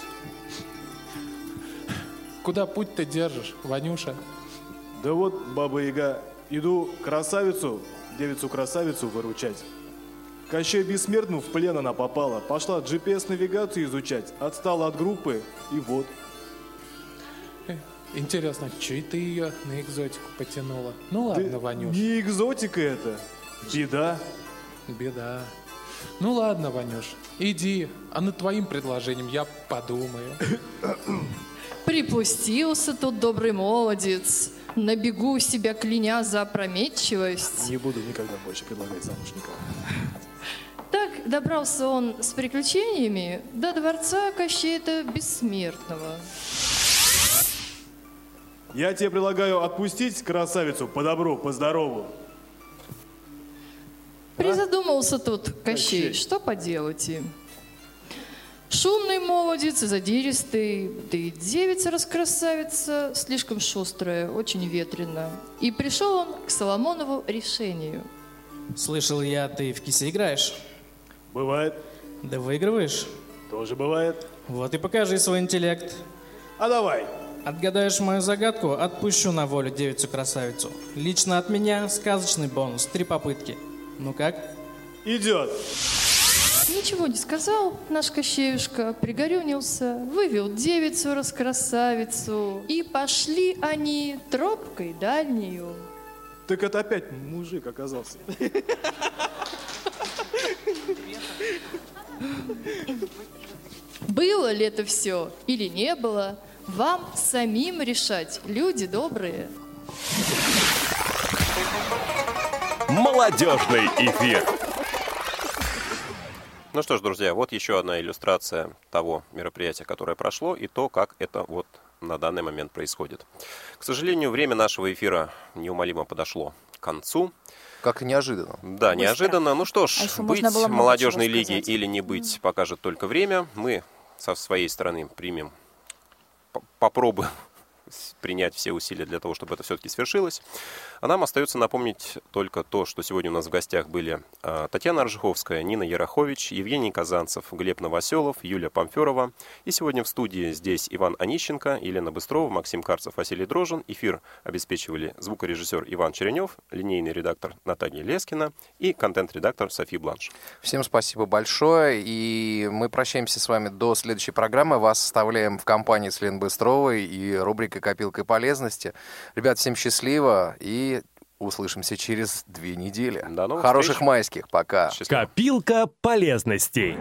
Куда путь ты держишь, Ванюша? Да вот, Баба-Яга, иду красавицу, девицу-красавицу выручать. Кощей Бессмертному в плен она попала. Пошла джи пи эс-навигацию изучать. Отстала от группы, и вот. Интересно, чё ты ее на экзотику потянула? Ну ладно, Да Ванюш. не экзотика это, беда. Беда. Ну ладно, Ванюш, иди, а над твоим предложением я подумаю. Припустился тут добрый молодец. На бегу себя кляня за опрометчивость. Не буду никогда больше предлагать замуж никого. Так добрался он с приключениями до дворца Кощея Бессмертного. Я тебе предлагаю отпустить красавицу по добру, по здорову. Призадумался тут Кощей, Кощей. что поделать? Шумный молодец, задиристый, да и девица раскрасавица, слишком шустрая, очень ветрено. И пришел он к Соломонову решению. Слышал я, ты в кисе играешь? Бывает. Да выигрываешь? Тоже бывает. Вот и покажи свой интеллект. А давай. Отгадаешь мою загадку, отпущу на волю девицу-красавицу. Лично от меня сказочный бонус, три попытки. Ну как? Идет. Ничего не сказал наш Кощеюшка, пригорюнился, вывел девицу-раскрасавицу, и пошли они тропкой дальнюю. Так это опять мужик оказался. Было ли это все или не было, вам самим решать, люди добрые. Молодежный эфир. Ну что ж, друзья, вот еще одна иллюстрация того мероприятия, которое прошло, и то, как это вот на данный момент происходит. К сожалению, время нашего эфира неумолимо подошло к концу. Как и неожиданно. Да, Быстро. неожиданно. Ну что ж, А быть в молодежной лиге или не быть, покажет только время. Мы со своей стороны примем, попробуем принять все усилия для того, чтобы это все-таки свершилось. А нам остается напомнить только то, что сегодня у нас в гостях были Татьяна Аржиховская, Нина Ярохович, Евгений Казанцев, Глеб Новоселов, Юлия Памферова. И сегодня в студии здесь Иван Онищенко, Елена Быстрова, Максим Карцев, Василий Дрожин. Эфир обеспечивали звукорежиссер Иван Черенев, линейный редактор Наталья Лескина и контент-редактор София Бланш. Всем спасибо большое. И мы прощаемся с вами до следующей программы. Вас оставляем в компании с Леной Быстровой и рубрикой «Копилкой полезности». Ребят, всем счастливо и услышимся через две недели. До новых Хороших встреч. майских. Пока. Счастливо. Копилка полезностей.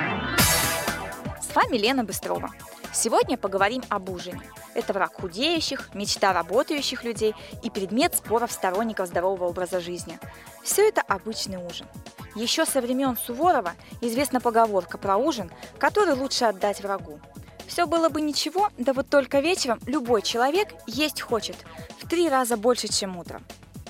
С вами Лена Быстрова. Сегодня поговорим об ужине. Это враг худеющих, мечта работающих людей и предмет споров сторонников здорового образа жизни. Все это обычный ужин. Еще со времен Суворова известна поговорка про ужин, который лучше отдать врагу. Все было бы ничего, да вот только вечером любой человек есть хочет в три раза больше, чем утром.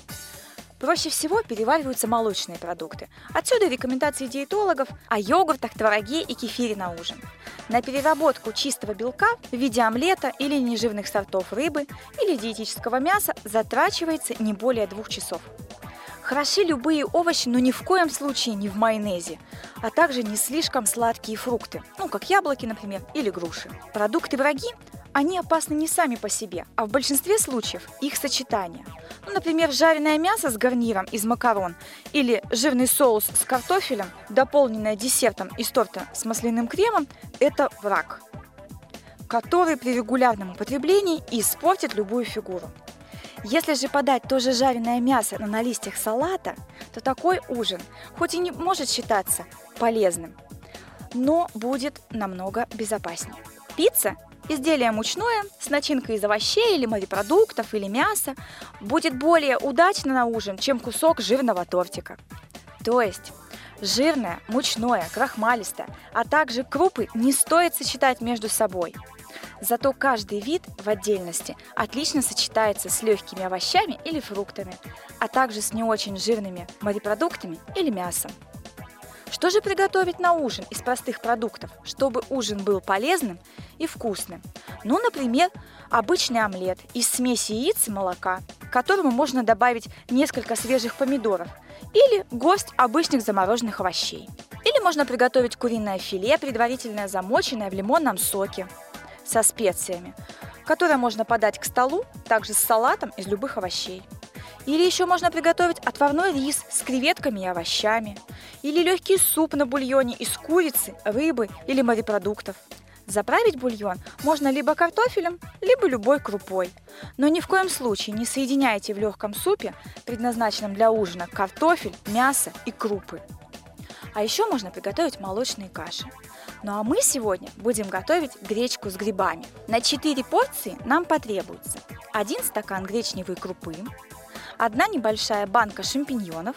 Проще всего перевариваются молочные продукты. Отсюда рекомендации диетологов о йогуртах, твороге и кефире на ужин. На переработку чистого белка в виде омлета или нежирных сортов рыбы или диетического мяса затрачивается не более двух часов. Хороши любые овощи, но ни в коем случае не в майонезе, а также не слишком сладкие фрукты, ну как яблоки, например, или груши. Продукты враги, они опасны не сами по себе, а в большинстве случаев их сочетание. Ну, например, жареное мясо с гарниром из макарон или жирный соус с картофелем, дополненное десертом из торта с масляным кремом – это враг, который при регулярном употреблении испортит любую фигуру. Если же подать то же жареное мясо, но на листьях салата, то такой ужин, хоть и не может считаться полезным, но будет намного безопаснее. Пицца – изделие мучное с начинкой из овощей или морепродуктов или мяса будет более удачно на ужин, чем кусок жирного тортика. То есть жирное, мучное, крахмалистое, а также крупы не стоит сочетать между собой. Зато каждый вид в отдельности отлично сочетается с легкими овощами или фруктами, а также с не очень жирными морепродуктами или мясом. Что же приготовить на ужин из простых продуктов, чтобы ужин был полезным и вкусным? Ну, например, обычный омлет из смеси яиц и молока, к которому можно добавить несколько свежих помидоров или горсть обычных замороженных овощей. Или можно приготовить куриное филе, предварительно замоченное в лимонном соке, со специями, которое можно подать к столу также с салатом из любых овощей. Или еще можно приготовить отварной рис с креветками и овощами. Или легкий суп на бульоне из курицы, рыбы или морепродуктов. Заправить бульон можно либо картофелем, либо любой крупой. Но ни в коем случае не соединяйте в легком супе, предназначенном для ужина, картофель, мясо и крупы. А еще можно приготовить молочные каши. Ну а мы сегодня будем готовить гречку с грибами. На четыре порции нам потребуется один стакан гречневой крупы, одна небольшая банка шампиньонов,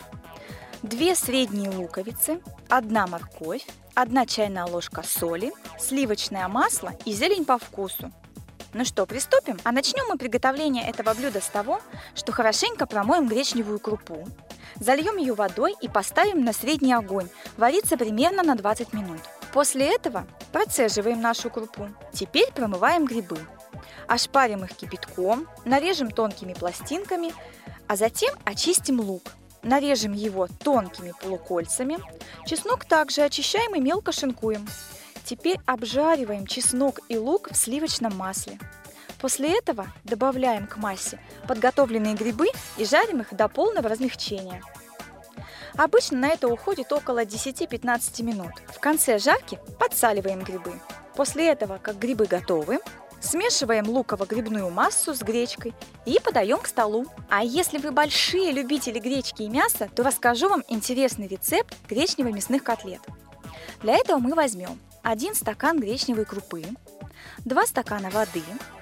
две средние луковицы, одна морковь, одна чайная ложка соли, сливочное масло и зелень по вкусу. Ну что, приступим? А начнем мы приготовление этого блюда с того, что хорошенько промоем гречневую крупу, зальем ее водой и поставим на средний огонь вариться примерно на двадцать минут. После этого Процеживаем нашу крупу. Теперь промываем грибы. Ошпарим их кипятком, нарежем тонкими пластинками, а затем очистим лук. Нарежем его тонкими полукольцами. Чеснок также очищаем и мелко шинкуем. Теперь обжариваем чеснок и лук в сливочном масле. После этого добавляем к массе подготовленные грибы и жарим их до полного размягчения. Обычно на это уходит около десять-пятнадцать минут. В конце жарки подсаливаем грибы. После этого, как грибы готовы, смешиваем луково-грибную массу с гречкой и подаем к столу. А если вы большие любители гречки и мяса, то расскажу вам интересный рецепт гречнево-мясных котлет. Для этого мы возьмем один стакан гречневой крупы, два стакана воды,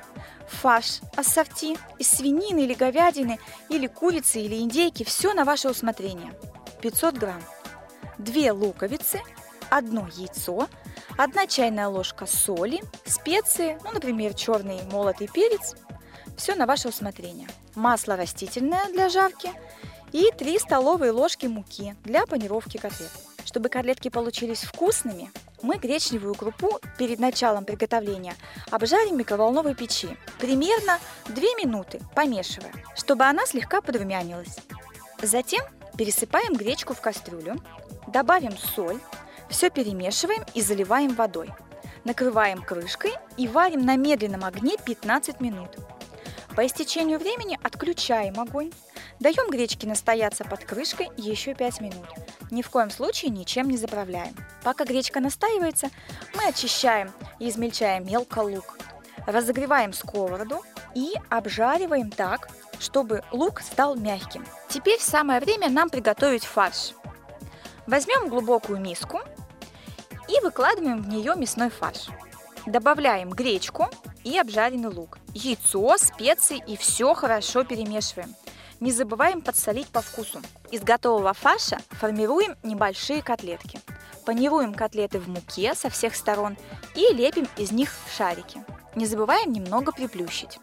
фарш ассорти из свинины или говядины, или курицы, или индейки, все на ваше усмотрение, пятьсот грамм, две луковицы, одно яйцо, одна чайная ложка соли, специи, ну, например, черный молотый перец, все на ваше усмотрение, масло растительное для жарки и три столовые ложки муки для панировки котлет. Чтобы котлетки получились вкусными, мы гречневую крупу перед началом приготовления обжарим в микроволновой печи примерно две минуты, помешивая, чтобы она слегка подрумянилась. Затем пересыпаем гречку в кастрюлю, добавим соль, все перемешиваем и заливаем водой. Накрываем крышкой и варим на медленном огне пятнадцать минут. По истечению времени отключаем огонь. Даем гречке настояться под крышкой еще пять минут. Ни в коем случае ничем не заправляем. Пока гречка настаивается, мы очищаем и измельчаем мелко лук. Разогреваем сковороду и обжариваем так, чтобы лук стал мягким. Теперь самое время нам приготовить фарш. Возьмем глубокую миску и выкладываем в нее мясной фарш. Добавляем гречку и обжаренный лук, яйцо, специи и все хорошо перемешиваем. Не забываем подсолить по вкусу. Из готового фарша формируем небольшие котлетки. Панируем котлеты в муке со всех сторон и лепим из них шарики. Не забываем немного приплющить.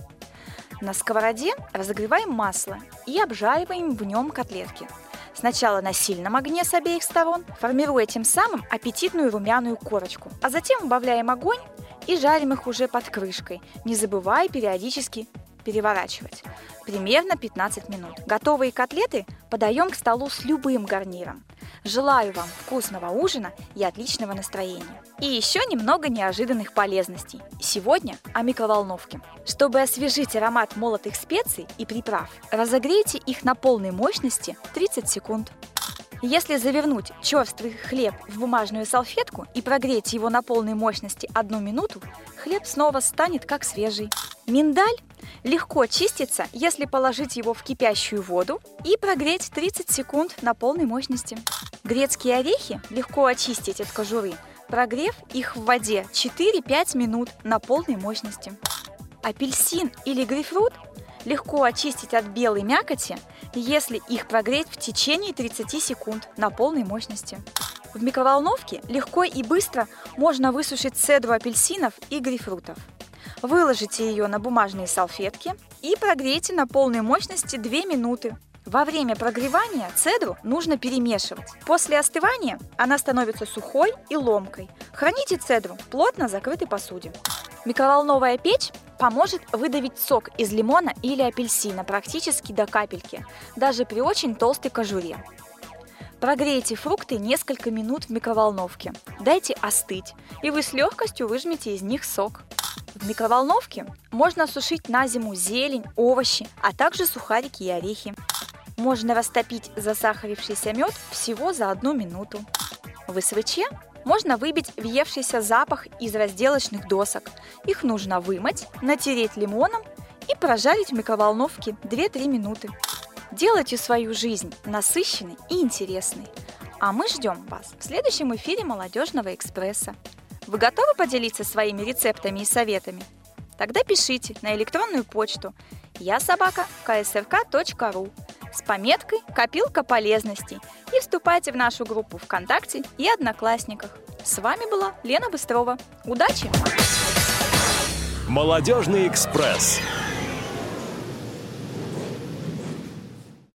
На сковороде разогреваем масло и обжариваем в нем котлетки. Сначала на сильном огне с обеих сторон, формируя тем самым аппетитную румяную корочку. А затем убавляем огонь и жарим их уже под крышкой, не забывая периодически переворачивать. Примерно пятнадцать минут. Готовые котлеты подаем к столу с любым гарниром. Желаю вам вкусного ужина и отличного настроения. И еще немного неожиданных полезностей. Сегодня о микроволновке. Чтобы освежить аромат молотых специй и приправ, разогрейте их на полной мощности тридцать секунд. Если завернуть черствый хлеб в бумажную салфетку и прогреть его на полной мощности одну минуту, хлеб снова станет как свежий. Миндаль легко чистится, если положить его в кипящую воду и прогреть тридцать секунд на полной мощности. Грецкие орехи легко очистить от кожуры, прогрев их в воде четыре-пять минут на полной мощности. Апельсин или грейпфрут легко очистить от белой мякоти, если их прогреть в течение тридцати секунд на полной мощности. В микроволновке легко и быстро можно высушить цедру апельсинов и грейпфрутов. Выложите ее на бумажные салфетки и прогрейте на полной мощности две минуты. Во время прогревания цедру нужно перемешивать. После остывания она становится сухой и ломкой. Храните цедру в плотно закрытой посуде. Микроволновая печь поможет выдавить сок из лимона или апельсина практически до капельки, даже при очень толстой кожуре. Прогрейте фрукты несколько минут в микроволновке. Дайте остыть, и вы с легкостью выжмете из них сок. В микроволновке можно сушить на зиму зелень, овощи, а также сухарики и орехи. Можно растопить засахарившийся мед всего за одну минуту. В СВЧ можно выбить въевшийся запах из разделочных досок. Их нужно вымыть, натереть лимоном и прожарить в микроволновке две-три минуты. Делайте свою жизнь насыщенной и интересной. А мы ждем вас в следующем эфире «Молодежного экспресса». Вы готовы поделиться своими рецептами и советами? Тогда пишите на электронную почту я собака ка эс эр ка точка ру с пометкой «Копилка полезностей» и вступайте в нашу группу ВКонтакте и Одноклассниках. С вами была Лена Быстрова. Удачи! «Молодежный экспресс».